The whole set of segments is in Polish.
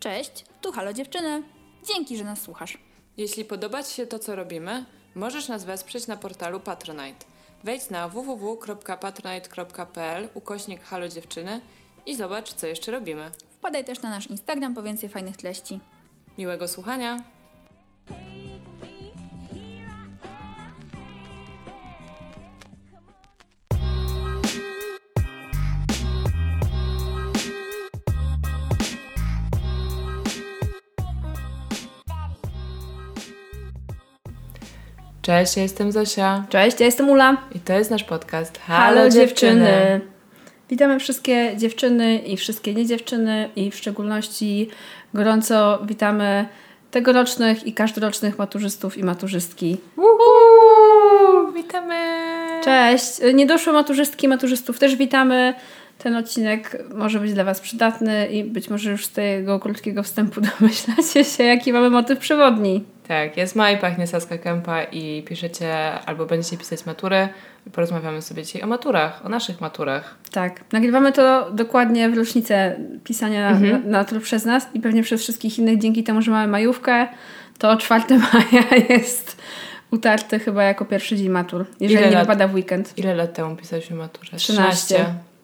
Cześć, tu Halo Dziewczyny. Dzięki, że nas słuchasz. Jeśli podoba Ci się to, co robimy, możesz nas wesprzeć na portalu Patronite. Wejdź na www.patronite.pl/Halo Dziewczyny i zobacz, co jeszcze robimy. Wpadaj też na nasz Instagram po więcej fajnych treści. Miłego słuchania! Cześć, ja jestem Zosia. Cześć, ja jestem Ula. I to jest nasz podcast Halo Dziewczyny. Witamy wszystkie dziewczyny i wszystkie niedziewczyny i w szczególności gorąco witamy tegorocznych i każdorocznych maturzystów i maturzystki. Witamy! Cześć, niedoszłe maturzystki i maturzystów też witamy. Ten odcinek może być dla Was przydatny i być może już z tego krótkiego wstępu domyślacie się, jaki mamy motyw przewodni. Tak, jest maj, pachnie Saska Kępa i piszecie albo będziecie pisać matury. Porozmawiamy sobie dzisiaj o maturach, o naszych maturach. Tak, nagrywamy to dokładnie w rocznicę pisania matur przez nas i pewnie przez wszystkich innych. Dzięki temu, że mamy majówkę, to 4 maja jest utarty chyba jako pierwszy dzień matur, jeżeli nie wypada w weekend. Ile lat temu pisaliśmy maturę? 13.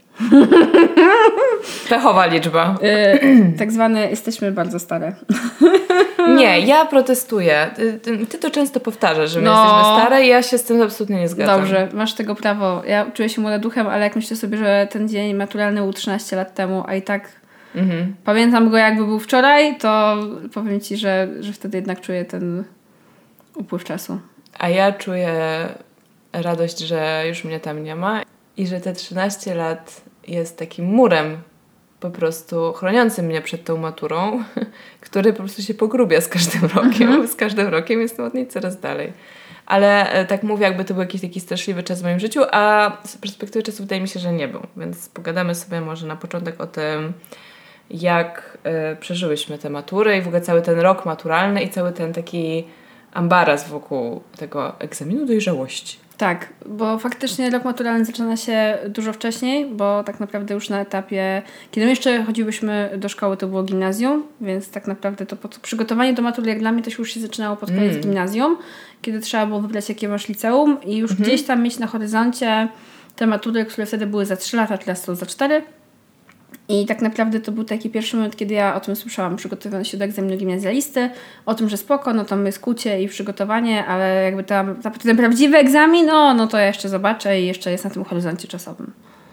Pechowa liczba. Tak zwane jesteśmy bardzo stare. Nie, ja protestuję. Ty to często powtarzasz, że my jesteśmy stare i ja się z tym absolutnie nie zgadzam. Dobrze, masz tego prawo. Ja czuję się młodym duchem, ale jak myślę sobie, że ten dzień maturalny był 13 lat temu, a i tak pamiętam go jakby był wczoraj, to powiem Ci, że wtedy jednak czuję ten upływ czasu. A ja czuję radość, że już mnie tam nie ma i że te 13 lat jest takim murem po prostu chroniącym mnie przed tą maturą, który po prostu się pogrubia z każdym rokiem. Z każdym rokiem jestem od niej coraz dalej. Ale tak mówię, jakby to był jakiś taki straszliwy czas w moim życiu, a z perspektywy czasu wydaje mi się, że nie był. Więc pogadamy sobie może na początek o tym, jak przeżyłyśmy te matury i w ogóle cały ten rok maturalny i cały ten taki ambaras wokół tego egzaminu dojrzałości. Tak, bo faktycznie rok maturalny zaczyna się dużo wcześniej, bo tak naprawdę już na etapie, kiedy my jeszcze chodziłyśmy do szkoły, to było gimnazjum, więc tak naprawdę to przygotowanie do matury jak dla mnie to już się zaczynało pod koniec gimnazjum, kiedy trzeba było wybrać jakie masz liceum i już gdzieś tam mieć na horyzoncie te matury, które wtedy były za 3 lata, teraz są za 4. I tak naprawdę to był taki pierwszy moment, kiedy ja o tym słyszałam, przygotowując się do egzaminu gimnazjalisty, o tym, że spoko, no tam jest kucie i przygotowanie, ale jakby ten prawdziwy egzamin, no to ja jeszcze zobaczę i jeszcze jest na tym horyzoncie czasowym.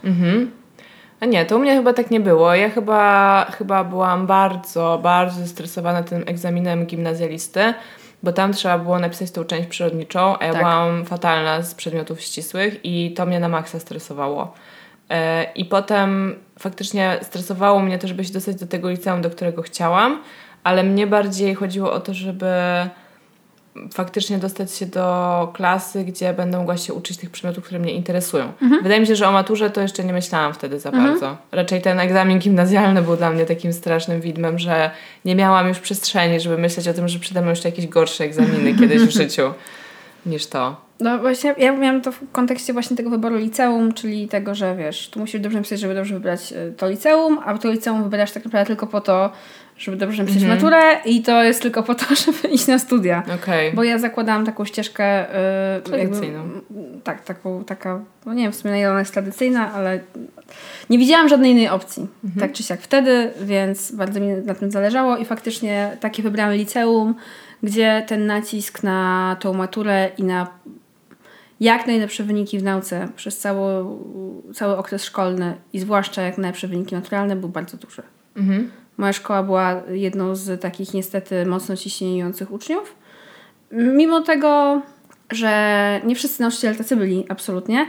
A nie, to u mnie chyba tak nie było. Ja chyba byłam bardzo, bardzo zestresowana tym egzaminem gimnazjalisty, bo tam trzeba było napisać tą część przyrodniczą, a ja byłam fatalna z przedmiotów ścisłych i to mnie na maksa stresowało. I potem faktycznie stresowało mnie to, żeby się dostać do tego liceum, do którego chciałam, ale mnie bardziej chodziło o to, żeby faktycznie dostać się do klasy, gdzie będę mogła się uczyć tych przedmiotów, które mnie interesują. Wydaje mi się, że o maturze to jeszcze nie myślałam wtedy za bardzo. Raczej ten egzamin gimnazjalny był dla mnie takim strasznym widmem, że nie miałam już przestrzeni, żeby myśleć o tym, że przede mną jeszcze jakieś gorsze egzaminy kiedyś w życiu niż to. No właśnie, ja miałam to w kontekście właśnie tego wyboru liceum, czyli tego, że wiesz, tu musisz dobrze napisać, żeby dobrze wybrać to liceum, a to liceum wybierasz tak naprawdę tylko po to, żeby dobrze napisać maturę i to jest tylko po to, żeby iść na studia. Bo ja zakładałam taką ścieżkę tradycyjną. Taka, no nie wiem w sumie na ile ona jest tradycyjna, ale nie widziałam żadnej innej opcji. Tak czy siak wtedy, więc bardzo mi na tym zależało i faktycznie takie wybrałam liceum, gdzie ten nacisk na tą maturę i na jak najlepsze wyniki w nauce przez cały okres szkolny i zwłaszcza jak najlepsze wyniki naturalne był bardzo duży. Moja szkoła była jedną z takich niestety mocno ciśnieniujących uczniów. Mimo tego, że nie wszyscy nauczyciele tacy byli, absolutnie.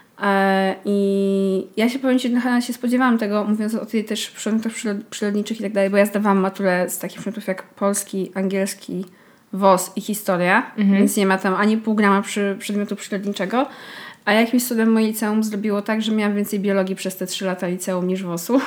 I ja się powiem Ci, że się spodziewałam tego, mówiąc o tych też przedmiotach przyrodniczych i tak dalej, bo ja zdawałam maturę z takich przedmiotów jak polski, angielski, WOS i historia, więc nie ma tam ani pół grama przedmiotu przyrodniczego. A jakimś cudem moje liceum zrobiło tak, że miałam więcej biologii przez te 3 lata liceum niż WOS-u.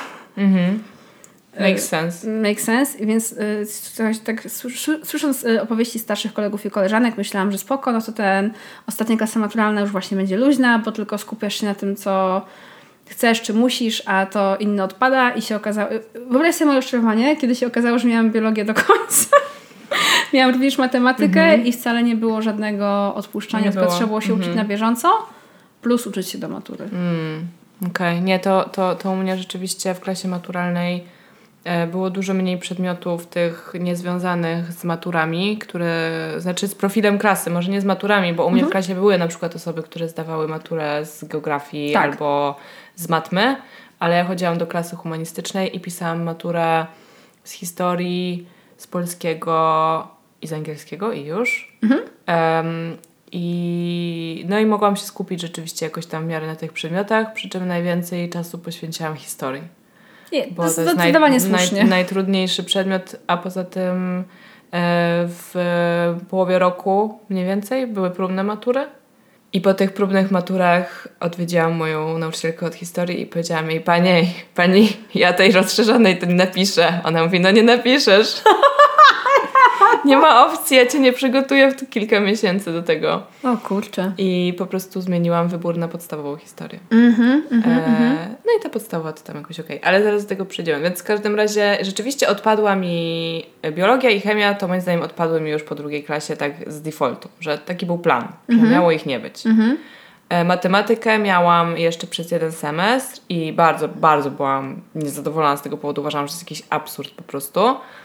Makes sense. Więc tak słysząc opowieści starszych kolegów i koleżanek, myślałam, że spoko, no to ostatnia klasa maturalna już właśnie będzie luźna, bo tylko skupiasz się na tym, co chcesz czy musisz, a to inne odpada i się okazało... Wyobraź sobie moje rozczarowanie, kiedy się okazało, że miałam biologię do końca. Miałam również matematykę i wcale nie było żadnego odpuszczania, tylko trzeba było się uczyć na bieżąco, plus uczyć się do matury. Okej. Nie, to u mnie rzeczywiście w klasie maturalnej było dużo mniej przedmiotów tych niezwiązanych z maturami, znaczy z profilem klasy, może nie z maturami, bo u mnie w klasie były na przykład osoby, które zdawały maturę z geografii albo z matmy, ale ja chodziłam do klasy humanistycznej i pisałam maturę z historii, z polskiego i z angielskiego i już. No i mogłam się skupić rzeczywiście jakoś tam w miarę na tych przedmiotach, przy czym najwięcej czasu poświęciłam historii. Bo to jest zdecydowanie słusznie. Najtrudniejszy przedmiot, a poza tym w połowie roku mniej więcej były próbne matury. I po tych próbnych maturach odwiedziłam moją nauczycielkę od historii i powiedziałam jej, pani, ja tej rozszerzonej to nie napiszę. Ona mówi, no nie napiszesz. Nie ma opcji, ja cię nie przygotuję w kilka miesięcy do tego. O kurczę. I po prostu zmieniłam wybór na podstawową historię. No i ta podstawowa to tam jakoś okej. Ale zaraz do tego przejdziemy. Więc w każdym razie rzeczywiście odpadła mi biologia i chemia, to moim zdaniem odpadły mi już po drugiej klasie tak z defaultu, że taki był plan, że miało ich nie być. Matematykę miałam jeszcze przez jeden semestr i bardzo, bardzo byłam niezadowolona z tego powodu. Uważam, że to jest jakiś absurd po prostu.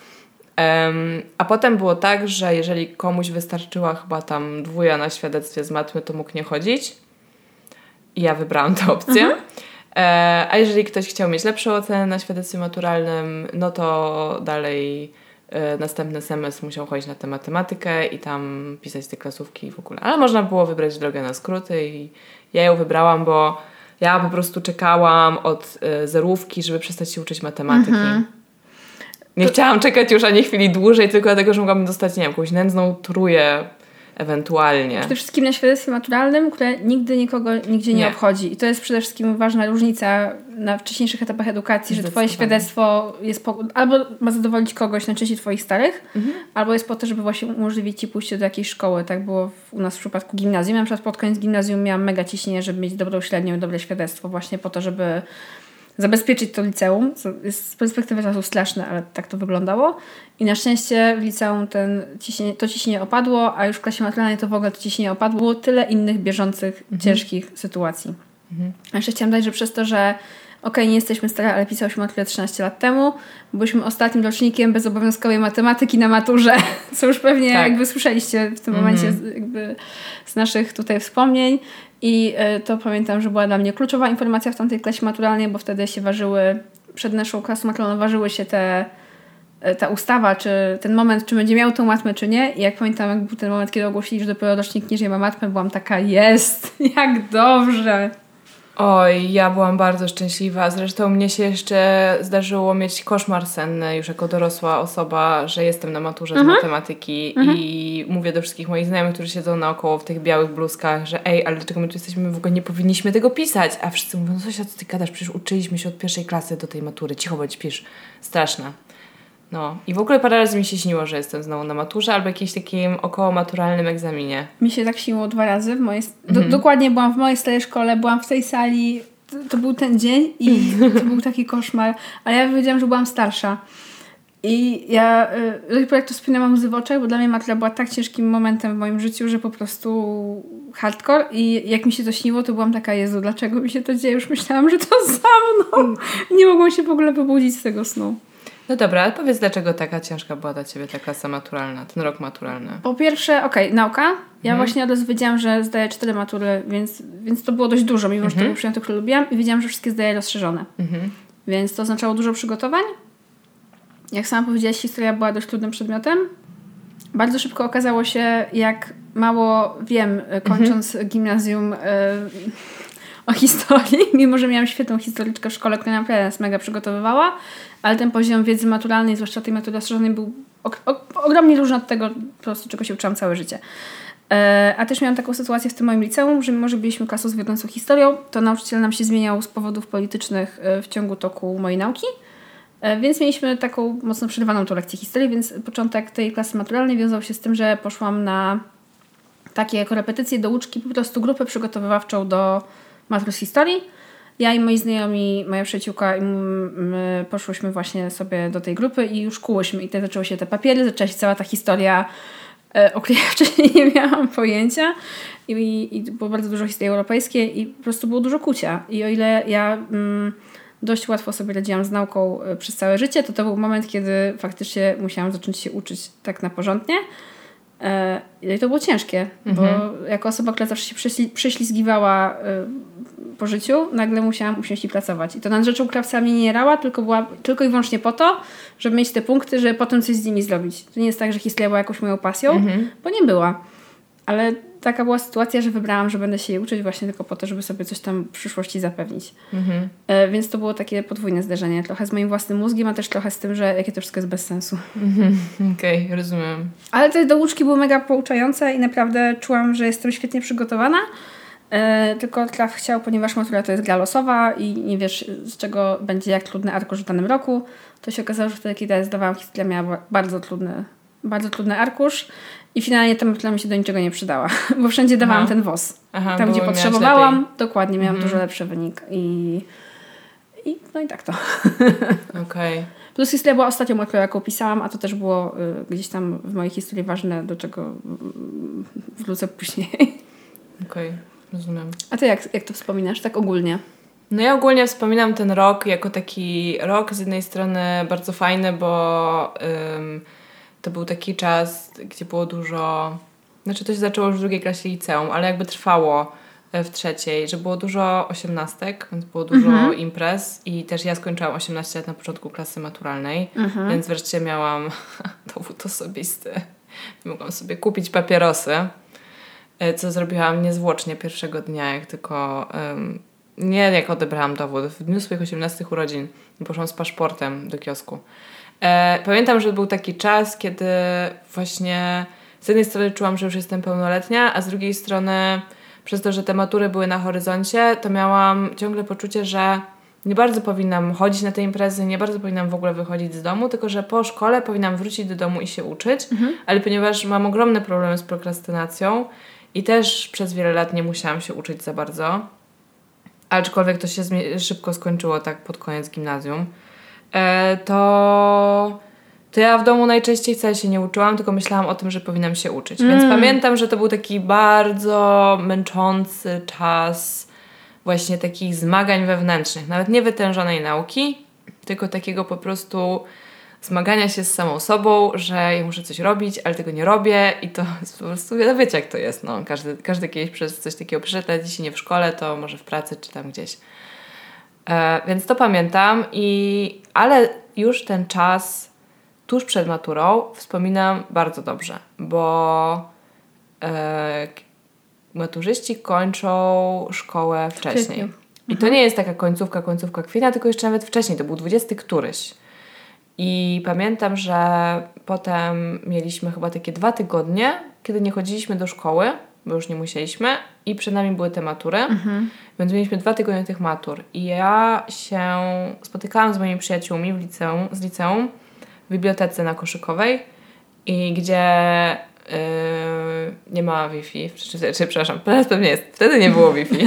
A potem było tak, że jeżeli komuś wystarczyła chyba tam 2 na świadectwie z matmy, to mógł nie chodzić. I ja wybrałam tę opcję. A jeżeli ktoś chciał mieć lepszą ocenę na świadectwie maturalnym, no to dalej następny semestr musiał chodzić na tę matematykę i tam pisać te klasówki w ogóle. Ale można było wybrać drogę na skróty i ja ją wybrałam, bo ja po prostu czekałam od zerówki, żeby przestać się uczyć matematyki. Nie chciałam czekać już ani chwili dłużej, tylko dlatego, że mogłabym dostać, nie wiem, jakąś nędzną trójkę ewentualnie. Przede wszystkim na świadectwie maturalnym, które nigdy nikogo nigdzie nie obchodzi. I to jest przede wszystkim ważna różnica na wcześniejszych etapach edukacji, że twoje świadectwo jest albo ma zadowolić kogoś na części twoich starych, albo jest po to, żeby właśnie umożliwić ci pójście do jakiejś szkoły. Tak było u nas w przypadku gimnazjum. Ja na przykład pod koniec gimnazjum miałam mega ciśnienie, żeby mieć dobrą średnią i dobre świadectwo właśnie po to, żeby zabezpieczyć to liceum, co jest z perspektywy czasu straszne, ale tak to wyglądało. I na szczęście w liceum to ciśnienie opadło, a już w klasie maturalnej to w ogóle to ciśnienie opadło. Było tyle innych bieżących, ciężkich sytuacji. A jeszcze chciałam dodać, że przez to, że nie jesteśmy stare, ale pisałyśmy maturę 13 lat temu, byliśmy ostatnim rocznikiem bezobowiązkowej matematyki na maturze, co już pewnie jakby słyszeliście w tym momencie jakby z naszych tutaj wspomnień. I to pamiętam, że była dla mnie kluczowa informacja w tamtej klasie maturalnej, bo wtedy się przed naszą klasą maturalną ważyły się ta ustawa, czy ten moment, czy będzie miał tą matmę, czy nie. I jak pamiętam, jak był ten moment, kiedy ogłosili, że dopiero rocznik niżej ma matmę, byłam taka, jak dobrze. Oj, ja byłam bardzo szczęśliwa. Zresztą mnie się jeszcze zdarzyło mieć koszmar senny już jako dorosła osoba, że jestem na maturze z matematyki i mówię do wszystkich moich znajomych, którzy siedzą naokoło w tych białych bluzkach, że ale dlaczego my tu jesteśmy? My w ogóle nie powinniśmy tego pisać. A wszyscy mówią, no Zosia, co ty gadasz? Przecież uczyliśmy się od pierwszej klasy do tej matury. Cicho bądź, pisz. Straszne. No i w ogóle parę razy mi się śniło, że jestem znowu na maturze albo jakimś takim okołomaturalnym egzaminie. Mi się tak śniło 2 razy. Dokładnie byłam w mojej starej szkole, byłam w tej sali. To był ten dzień i to był taki koszmar. Ale ja wiedziałam, że byłam starsza. I ja do tej pory jak to wspinałam łzy w oczach, bo dla mnie matura była tak ciężkim momentem w moim życiu, że po prostu hardcore. I jak mi się to śniło, to byłam taka, Jezu, dlaczego mi się to dzieje? Już myślałam, że to za mną. Nie mogłam się w ogóle wybudzić z tego snu. No dobra, ale powiedz, dlaczego taka ciężka była dla Ciebie ta klasa maturalna, ten rok maturalny? Po pierwsze, nauka. Ja właśnie od razu wiedziałam, że zdaję 4 matury, więc to było dość dużo, mimo że to był przedmiot, który lubiłam i wiedziałam, że wszystkie zdaję rozszerzone. Więc to oznaczało dużo przygotowań. Jak sama powiedziałaś, historia była dość trudnym przedmiotem. Bardzo szybko okazało się, jak mało wiem, kończąc gimnazjum o historii, mimo że miałam świetną historyczkę w szkole, która naprawdę nas mega przygotowywała, ale ten poziom wiedzy maturalnej, zwłaszcza tej matury rozszerzonej, był ogromnie różny od tego, po prostu, czego się uczyłam całe życie. A też miałam taką sytuację w tym moim liceum, że mimo, że byliśmy klasą z wiodącą historią, to nauczyciel nam się zmieniał z powodów politycznych w ciągu toku mojej nauki, więc mieliśmy taką mocno przerywaną tą lekcję historii, więc początek tej klasy maturalnej wiązał się z tym, że poszłam na takie korepetycje do uczki, po prostu grupę przygotowywawczą do matury z historii Ja i moi znajomi, moja przyjaciółka, my poszłyśmy właśnie sobie do tej grupy i już kułyśmy. I zaczęły się te papiery, zaczęła się cała ta historia, o której ja wcześniej nie miałam pojęcia. I było bardzo dużo historii europejskiej i po prostu było dużo kucia. I o ile ja dość łatwo sobie radziłam z nauką przez całe życie, to był moment, kiedy faktycznie musiałam zacząć się uczyć tak na porządnie. I to było ciężkie, bo jako osoba, która zawsze się prześlizgiwała po życiu, nagle musiałam usiąść i pracować. I to nad rzeczą, która wcale mnie nie jarała, tylko była tylko i wyłącznie po to, żeby mieć te punkty, żeby potem coś z nimi zrobić. To nie jest tak, że historia była jakąś moją pasją, bo nie była. Ale taka była sytuacja, że wybrałam, że będę się jej uczyć właśnie tylko po to, żeby sobie coś tam w przyszłości zapewnić. Więc to było takie podwójne zderzenie. Trochę z moim własnym mózgiem, a też trochę z tym, że jakie to wszystko jest bez sensu. Okej, rozumiem. Ale te douczki były mega pouczające i naprawdę czułam, że jestem świetnie przygotowana. Tylko traf chciał, ponieważ matura to jest gra losowa i nie wiesz, z czego będzie jak trudny arkusz w danym roku. To się okazało, że wtedy, kiedy ja zdawałam historię, miała bardzo trudny arkusz i finalnie ta matura mi się do niczego nie przydała, bo wszędzie dawałam ten WOS. Tam, gdzie potrzebowałam, dokładnie miałam dużo lepszy wynik no i tak to. Okej. Plus historia była ostatnią maturą, jaką pisałam, a to też było gdzieś tam w mojej historii ważne, do czego wrócę później. Okej, rozumiem. A ty jak to wspominasz, tak ogólnie? No ja ogólnie wspominam ten rok jako taki rok z jednej strony bardzo fajny, bo to był taki czas, gdzie było dużo... Znaczy to się zaczęło już w drugiej klasie liceum, ale jakby trwało w trzeciej, że było dużo osiemnastek, więc było dużo imprez i też ja skończyłam 18 lat na początku klasy maturalnej, więc wreszcie miałam dowód osobisty. Mogłam sobie kupić papierosy, co zrobiłam niezwłocznie pierwszego dnia, jak tylko... nie jak odebrałam dowód, w dniu swoich 18 urodzin poszłam z paszportem do kiosku. Pamiętam, że był taki czas, kiedy właśnie z jednej strony czułam, że już jestem pełnoletnia, a z drugiej strony przez to, że te matury były na horyzoncie, to miałam ciągle poczucie, że nie bardzo powinnam chodzić na te imprezy, nie bardzo powinnam w ogóle wychodzić z domu, tylko że po szkole powinnam wrócić do domu i się uczyć, ale ponieważ mam ogromne problemy z prokrastynacją i też przez wiele lat nie musiałam się uczyć za bardzo, aczkolwiek to się szybko skończyło tak pod koniec gimnazjum, to ja w domu najczęściej wcale się nie uczyłam, tylko myślałam o tym, że powinnam się uczyć. Więc pamiętam, że to był taki bardzo męczący czas właśnie takich zmagań wewnętrznych. Nawet nie wytężonej nauki, tylko takiego po prostu zmagania się z samą sobą, że ja muszę coś robić, ale tego nie robię i to jest po prostu, no wiecie jak to jest. No. Każdy kiedyś przez coś takiego przyszedł, a dzisiaj nie w szkole, to może w pracy czy tam gdzieś. Więc to pamiętam, ale już ten czas tuż przed maturą wspominam bardzo dobrze, bo maturzyści kończą szkołę wcześniej. I to nie jest taka końcówka kwietnia, tylko jeszcze nawet wcześniej, to był 20 któryś. I pamiętam, że potem mieliśmy chyba takie 2 tygodnie, kiedy nie chodziliśmy do szkoły, bo już nie musieliśmy i przed nami były te matury, więc mieliśmy 2 tygodnie tych matur. I ja się spotykałam z moimi przyjaciółmi z liceum w bibliotece na Koszykowej i gdzie nie ma Wi-Fi, przepraszam, teraz pewnie jest, wtedy nie było Wi-Fi.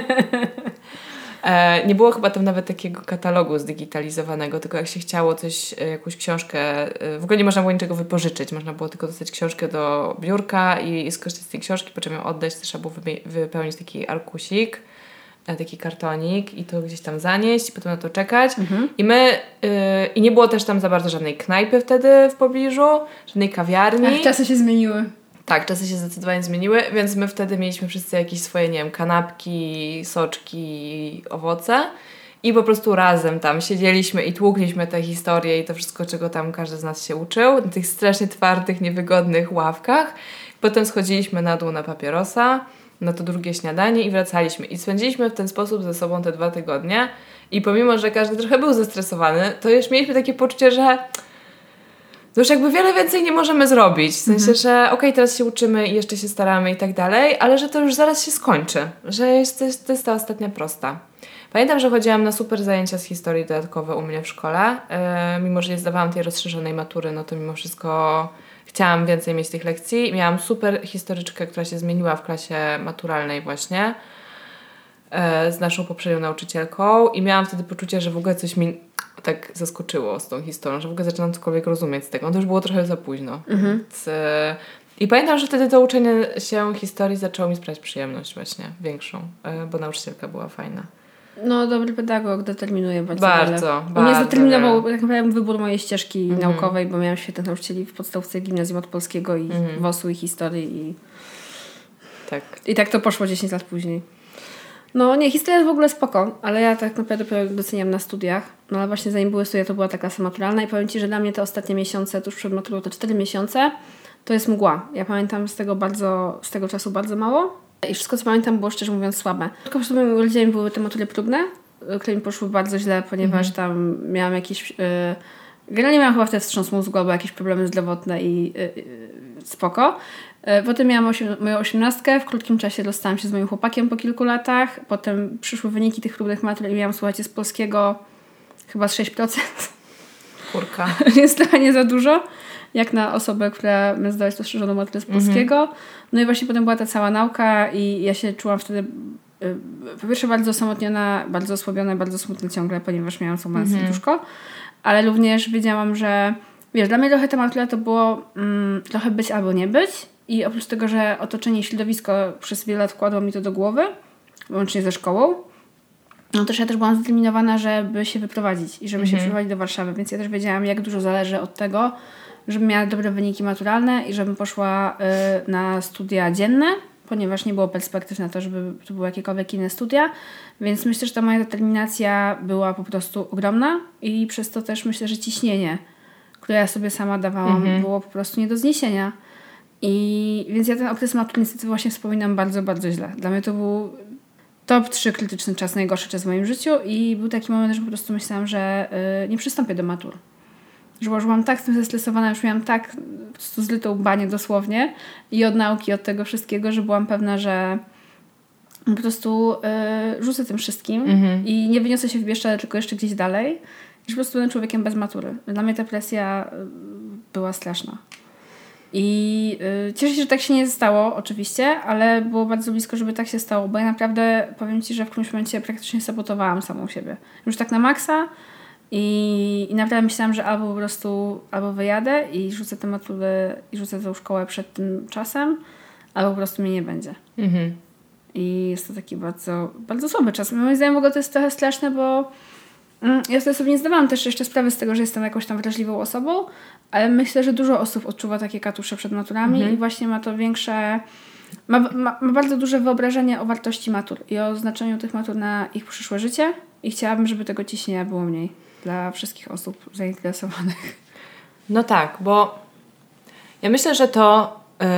Nie było chyba tam nawet takiego katalogu zdigitalizowanego, tylko jak się chciało coś, jakąś książkę, w ogóle nie można było niczego wypożyczyć, można było tylko dostać książkę do biurka i skorzystać z tej książki, po czym ją oddać, to trzeba było wypełnić taki arkusik, taki kartonik i to gdzieś tam zanieść i potem na to czekać. I nie było też tam za bardzo żadnej knajpy wtedy w pobliżu, żadnej kawiarni. Ach, czasy się zmieniły. Tak, czasy się zdecydowanie zmieniły, więc my wtedy mieliśmy wszyscy jakieś swoje, nie wiem, kanapki, soczki, owoce i po prostu razem tam siedzieliśmy i tłukliśmy te historie i to wszystko, czego tam każdy z nas się uczył, na tych strasznie twardych, niewygodnych ławkach. Potem schodziliśmy na dół na papierosa, na to drugie śniadanie i wracaliśmy. I spędziliśmy w ten sposób ze sobą te 2 tygodnie i pomimo, że każdy trochę był zestresowany, to już mieliśmy takie poczucie, że to już jakby wiele więcej nie możemy zrobić. W sensie, że okej, teraz się uczymy i jeszcze się staramy i tak dalej, ale że to już zaraz się skończy. Że to jest ta ostatnia prosta. Pamiętam, że chodziłam na super zajęcia z historii dodatkowe u mnie w szkole. Mimo, że nie zdawałam tej rozszerzonej matury, no to mimo wszystko chciałam więcej mieć tych lekcji. Miałam super historyczkę, która się zmieniła w klasie maturalnej właśnie. z naszą poprzednią nauczycielką i miałam wtedy poczucie, że w ogóle coś mi tak zaskoczyło z tą historią, że w ogóle zaczynam cokolwiek rozumieć z tego. No to już było trochę za późno. Więc, i pamiętam, że wtedy to uczenie się historii zaczęło mi sprawiać przyjemność właśnie większą, bo nauczycielka była fajna. No, dobry pedagog determinuje bardzo. Bardzo. On mnie zdeterminował tak naprawdę wybór mojej ścieżki naukowej, bo miałam świetnych nauczycieli w podstawówce gimnazjum od polskiego i WOS-u i historii. I tak to poszło 10 lat później. No nie, historia jest w ogóle spoko, ale ja tak naprawdę dopiero doceniam na studiach. No ale właśnie zanim były studia, to była ta klasa maturalna i powiem Ci, że dla mnie te ostatnie miesiące, tuż przed maturą, to 4 miesiące, to jest mgła. Ja pamiętam z tego czasu bardzo mało i wszystko, co pamiętam, było szczerze mówiąc słabe. Tylko przed moimi urodzeniami były te matury próbne, które mi poszły bardzo źle, ponieważ tam miałam jakieś... Generalnie miałam chyba wtedy wstrząs mózgu albo jakieś problemy zdrowotne i spoko. Potem miałam moją 18. W krótkim czasie rozstałam się z moim chłopakiem po kilku latach. Potem przyszły wyniki tych próbnych matur i miałam, słuchajcie, z polskiego chyba z 6%. Kurka. Więc trochę nie za dużo, jak na osobę, która ma zdawać rozszerzoną maturę z polskiego. No i właśnie potem była ta cała nauka i ja się czułam wtedy po pierwsze bardzo osamotniona, bardzo osłabiona, bardzo smutna ciągle, ponieważ miałam całą serduszko. Ale również wiedziałam, że wiesz, dla mnie trochę ta matura to było trochę być albo nie być i oprócz tego, że otoczenie i środowisko przez wiele lat wkładło mi to do głowy, łącznie ze szkołą, no też ja też byłam zdeterminowana, żeby się wyprowadzić i żeby się przeprowadzić do Warszawy, więc ja też wiedziałam, jak dużo zależy od tego, żebym miała dobre wyniki maturalne i żebym poszła na studia dzienne, ponieważ nie było perspektyw na to, żeby to były jakiekolwiek inne studia, więc myślę, że ta moja determinacja była po prostu ogromna i przez to też myślę, że ciśnienie, które ja sobie sama dawałam, było po prostu nie do zniesienia. I więc ja ten okres matury niestety właśnie wspominam bardzo, bardzo źle. Dla mnie to był top 3 krytyczny czas, najgorszy czas w moim życiu i był taki moment, że po prostu myślałam, że nie przystąpię do matur. Że już byłam tak z tym zestresowana, już miałam tak po prostu zlytą banię dosłownie i od nauki, od tego wszystkiego, że byłam pewna, że po prostu rzucę tym wszystkim i nie wyniosę się w Bieszczady, tylko jeszcze gdzieś dalej. I że po prostu będę człowiekiem bez matury. Dla mnie ta presja była straszna. I cieszę się, że tak się nie stało oczywiście, ale było bardzo blisko, żeby tak się stało, bo ja naprawdę powiem Ci, że w którymś momencie praktycznie sabotowałam samą siebie. Już tak na maksa i naprawdę myślałam, że albo po prostu wyjadę i rzucę tę maturę i rzucę tą szkołę przed tym czasem, albo po prostu mnie nie będzie. I jest to taki bardzo, bardzo słaby czas. Moim zdaniem w ogóle to jest trochę straszne, bo ja sobie nie zdawałam też jeszcze sprawy z tego, że jestem jakąś tam wrażliwą osobą, ale myślę, że dużo osób odczuwa takie katusze przed maturami i właśnie ma to większe... Ma bardzo duże wyobrażenie o wartości matur i o znaczeniu tych matur na ich przyszłe życie i chciałabym, żeby tego ciśnienia było mniej dla wszystkich osób zainteresowanych. No tak, bo ja myślę, że to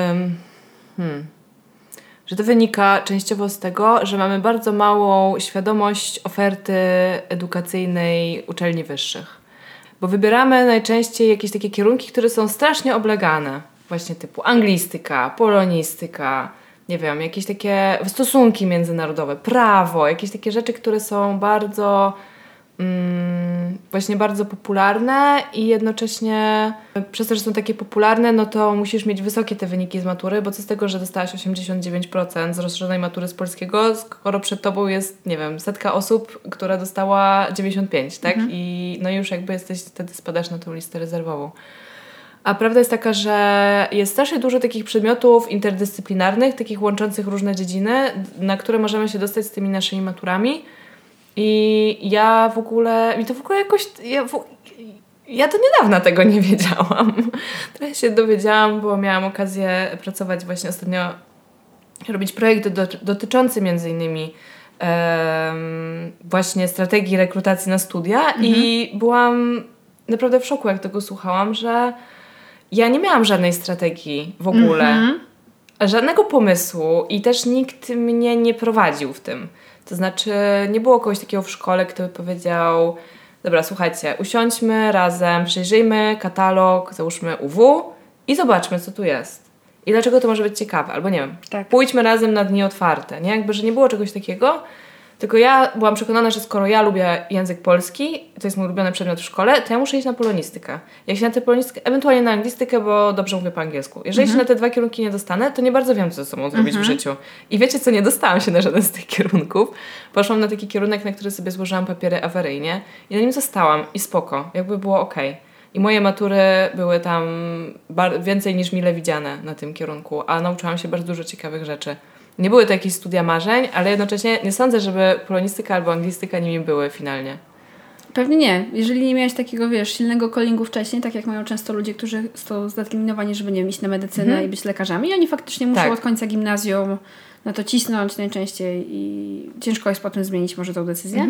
że to wynika częściowo z tego, że mamy bardzo małą świadomość oferty edukacyjnej uczelni wyższych. Bo wybieramy najczęściej jakieś takie kierunki, które są strasznie oblegane. Właśnie typu anglistyka, polonistyka, nie wiem, jakieś takie stosunki międzynarodowe, prawo, jakieś takie rzeczy, które są bardzo właśnie bardzo popularne i jednocześnie przez to, że są takie popularne, no to musisz mieć wysokie te wyniki z matury, bo co z tego, że dostałaś 89% z rozszerzonej matury z polskiego, skoro przed tobą jest, nie wiem, 100 osób, która dostała 95, tak? I no już jakby wtedy spadasz na tą listę rezerwową. A prawda jest taka, że jest strasznie dużo takich przedmiotów interdyscyplinarnych, takich łączących różne dziedziny, na które możemy się dostać z tymi naszymi maturami. I ja w ogóle jakoś... Ja do niedawna tego nie wiedziałam. Trochę się dowiedziałam, bo miałam okazję pracować właśnie ostatnio, robić projekt dotyczący między innymi właśnie strategii rekrutacji na studia i byłam naprawdę w szoku, jak tego słuchałam, że ja nie miałam żadnej strategii w ogóle, żadnego pomysłu i też nikt mnie nie prowadził w tym. To znaczy nie było kogoś takiego w szkole, kto by powiedział: dobra, słuchajcie, usiądźmy razem, przejrzyjmy katalog, załóżmy UW i zobaczmy, co tu jest. I dlaczego to może być ciekawe, albo nie wiem, pójdźmy razem na dni otwarte, nie? Jakby, że nie było czegoś takiego, Tylko ja byłam przekonana, że skoro ja lubię język polski, to jest mój ulubiony przedmiot w szkole, to ja muszę iść na polonistykę. Jak się na tę polonistykę, ewentualnie na anglistykę, bo dobrze mówię po angielsku. Jeżeli się na te 2 kierunki nie dostanę, to nie bardzo wiem, co ze sobą zrobić w życiu. I wiecie co, nie dostałam się na żaden z tych kierunków. Poszłam na taki kierunek, na który sobie złożyłam papiery awaryjnie i na nim zostałam i spoko, jakby było okej. I moje matury były tam więcej niż mile widziane na tym kierunku, a nauczyłam się bardzo dużo ciekawych rzeczy. Nie były to jakieś studia marzeń, ale jednocześnie nie sądzę, żeby polonistyka albo anglistyka nimi były finalnie. Pewnie nie. Jeżeli nie miałeś takiego, silnego callingu wcześniej, tak jak mają często ludzie, którzy są zdeterminowani, żeby, nie wiem, iść na medycynę i być lekarzami, i oni faktycznie muszą od końca gimnazjum na to cisnąć najczęściej i ciężko jest potem zmienić może tą decyzję.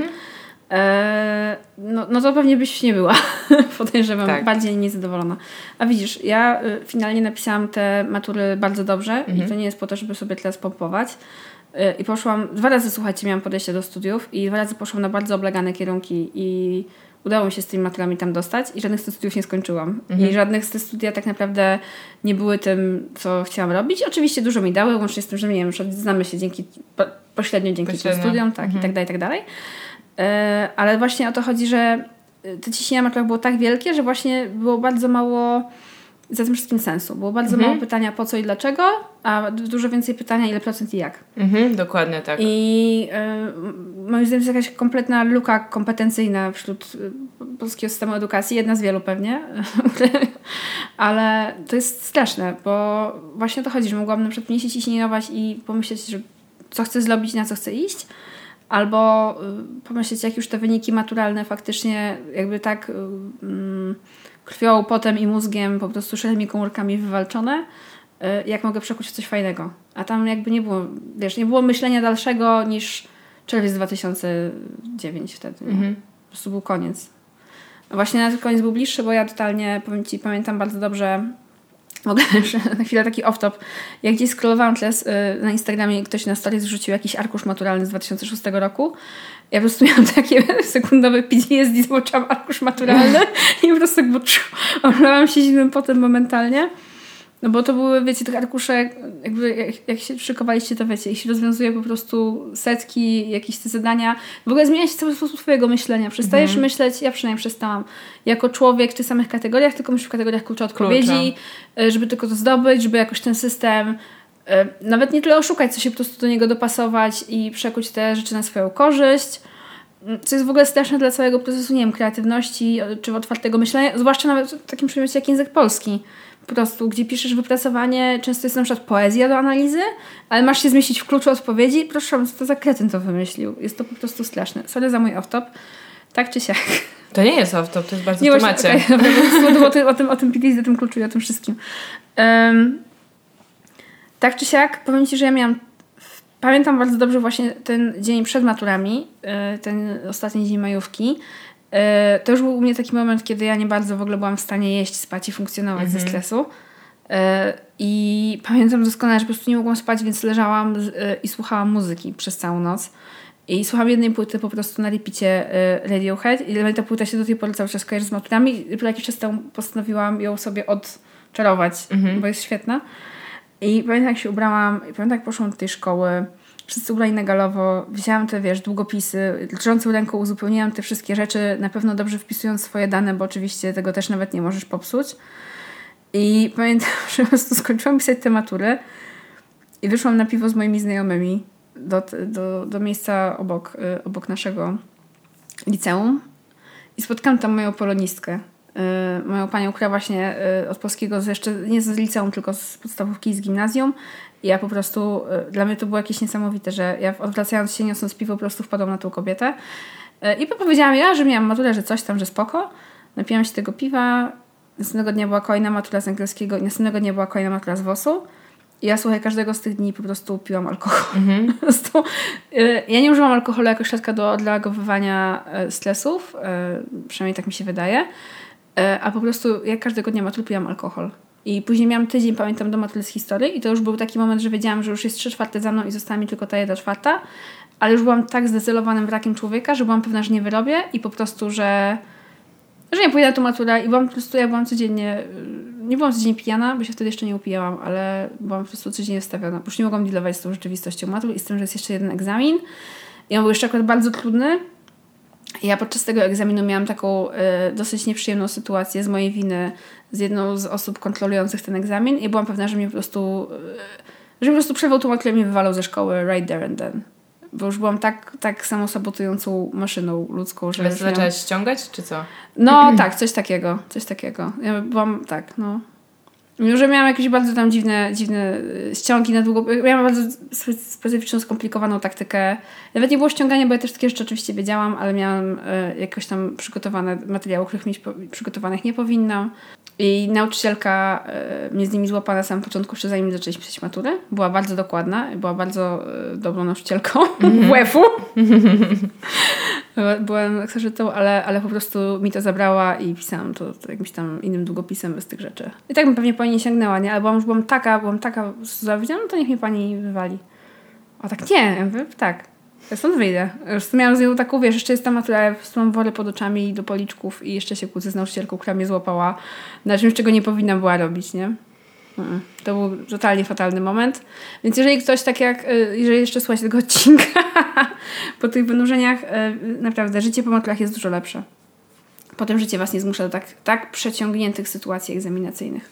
No to pewnie byś nie była, podejrzewam, bardziej niezadowolona. A widzisz, ja finalnie napisałam te matury bardzo dobrze i to nie jest po to, żeby sobie teraz pompować. I poszłam, 2 razy, słuchajcie, miałam podejście do studiów i 2 razy poszłam na bardzo oblegane kierunki i udało mi się z tymi maturami tam dostać i żadnych z tych studiów nie skończyłam. I żadnych z tych studia tak naprawdę nie były tym, co chciałam robić. Oczywiście dużo mi dały, łącznie z tym, że nie wiem, znamy się pośrednio dzięki tym studiom, i tak dalej, i tak dalej. Ale właśnie o to chodzi, że to ciśnienie na maturach było tak wielkie, że właśnie było bardzo mało za tym wszystkim sensu. Było bardzo mało pytania po co i dlaczego, a dużo więcej pytania ile procent i jak. Dokładnie tak. I moim zdaniem jest jakaś kompletna luka kompetencyjna wśród polskiego systemu edukacji. Jedna z wielu pewnie. Ale to jest straszne, bo właśnie o to chodzi, że mogłam na przykład nie siedzieć i nie nować i pomyśleć, że co chcę zrobić, na co chcę iść. Albo pomyśleć, jak już te wyniki maturalne faktycznie jakby tak krwią, potem i mózgiem, po prostu szalonymi komórkami wywalczone, jak mogę przekuć w coś fajnego. A tam jakby nie było, nie było myślenia dalszego niż czerwiec 2009 wtedy. Po prostu był koniec. A właśnie na ten koniec był bliższy, bo ja totalnie, powiem Ci, pamiętam bardzo dobrze. Mogę na chwilę taki off-top. Jak gdzieś scrollowałam teraz na Instagramie i ktoś na stories zrzucił jakiś arkusz maturalny z 2006 roku. Ja po prostu miałam takie sekundowe PTSD, zobaczyłam arkusz maturalny i po prostu oblałam się zimnym potem momentalnie. No bo to były, wiecie, tych arkusze, jakby jak się szykowaliście, to wiecie, i się rozwiązuje po prostu setki, jakieś te zadania. W ogóle zmienia się cały sposób twojego myślenia. Przestajesz myśleć, ja przynajmniej przestałam, jako człowiek w tych samych kategoriach, tylko myślę w kategoriach klucza odpowiedzi, żeby tylko to zdobyć, żeby jakoś ten system nawet nie tyle oszukać, co się po prostu do niego dopasować i przekuć te rzeczy na swoją korzyść. Co jest w ogóle straszne dla całego procesu, nie wiem, kreatywności czy otwartego myślenia, zwłaszcza nawet w takim przedmiocie jak język polski. Po prostu, gdzie piszesz wypracowanie, często jest na przykład poezja do analizy, ale masz się zmieścić w kluczu odpowiedzi. Proszę, co to za kretyn to wymyślił. Jest to po prostu straszne. Sorry za mój off-top. Tak czy siak. To nie jest off-top, to jest bardzo w temacie. O tym PTSD, o tym kluczu i o tym wszystkim. Tak czy siak, powiem Ci, że ja pamiętam bardzo dobrze właśnie ten dzień przed maturami, ten ostatni dzień majówki. To już był u mnie taki moment, kiedy ja nie bardzo w ogóle byłam w stanie jeść, spać i funkcjonować ze stresu. I pamiętam doskonale, że po prostu nie mogłam spać, więc leżałam i słuchałam muzyki przez całą noc. I słuchałam jednej płyty po prostu na repeacie Radiohead i ta płyta się do tej pory cały czas kojarzy z maturami. I po jakiś czas temu postanowiłam ją sobie odczarować, bo jest świetna. I pamiętam, jak się ubrałam, i pamiętam, jak poszłam do tej szkoły. Wszyscy ubrani na galowo, wzięłam te, długopisy, drżącą ręką uzupełniłam te wszystkie rzeczy, na pewno dobrze wpisując swoje dane, bo oczywiście tego też nawet nie możesz popsuć. I pamiętam, że po prostu skończyłam pisać te matury i wyszłam na piwo z moimi znajomymi do miejsca obok naszego liceum i spotkałam tam moją polonistkę. Moją panią, która właśnie od polskiego, jeszcze nie z liceum, tylko z podstawówki i z gimnazjum. I ja po prostu, dla mnie to było jakieś niesamowite, że ja odwracając się, niosąc piwo, po prostu wpadłam na tą kobietę. I powiedziałam ja, że miałam maturę, że coś tam, że spoko. Napiłam się tego piwa. Następnego dnia była kolejna matura z angielskiego i następnego dnia była kolejna matura z WOS-u. I ja, słuchaj, każdego z tych dni po prostu piłam alkohol. Po prostu, ja nie używam alkoholu jako środka do odreagowywania stresów. Przynajmniej tak mi się wydaje. A po prostu ja każdego dnia matury piłam alkohol. I później miałam tydzień, pamiętam, do matury z historii i to już był taki moment, że wiedziałam, że już jest 3/4 za mną i została mi tylko ta 1/4, ale już byłam tak zdecydowanym wrakiem człowieka, że byłam pewna, że nie wyrobię i po prostu, że nie pójdę na tą maturę i byłam po prostu, ja byłam codziennie, nie byłam codziennie pijana, bo się wtedy jeszcze nie upijałam, ale byłam po prostu codziennie wstawiona, bo już nie mogłam dealować z tą rzeczywistością matur i z tym, że jest jeszcze jeden egzamin I on był jeszcze akurat bardzo trudny. I ja podczas tego egzaminu miałam taką dosyć nieprzyjemną sytuację z mojej winy z jedną z osób kontrolujących ten egzamin i byłam pewna, że mnie po prostu przerwał tłumacz, który mnie wywalał ze szkoły right there and then. Bo już byłam tak samosabotującą maszyną ludzką, że... Ale zaczęłaś ściągać, czy co? No tak, coś takiego. Ja byłam, mimo że miałam jakieś bardzo tam dziwne ściągi na długo... Miałam bardzo specyficzną, skomplikowaną taktykę. Nawet nie było ściągania, bo ja też takie rzeczy oczywiście wiedziałam, ale miałam jakoś tam przygotowane materiały, których mieć przygotowanych nie powinnam. I nauczycielka mnie z nimi złapała na samym początku, jeszcze zanim zaczęliśmy pisać maturę. Była bardzo dokładna i była bardzo dobrą nauczycielką WF-u. Byłem aksażytą, ale po prostu mi to zabrała i pisałam to jakimś tam innym długopisem bez tych rzeczy. I tak bym pewnie pani nie sięgnęła, nie? Ale byłam taka zawiedziona, no to niech mnie pani wywali. A tak nie, ja mówię, tak. Ja stąd wyjdę. Już miałam z nią taką, wiesz, jeszcze jest ta matura, ja mam worę pod oczami do policzków i jeszcze się kłócę z nauczycielką, która mnie złapała na czymś, czego nie powinna była robić, nie? To był totalnie fatalny moment. Więc jeżeli ktoś jeżeli jeszcze słuchacie tego odcinka po tych wynurzeniach, naprawdę życie po maturach jest dużo lepsze. Potem życie was nie zmusza do tak przeciągniętych sytuacji egzaminacyjnych.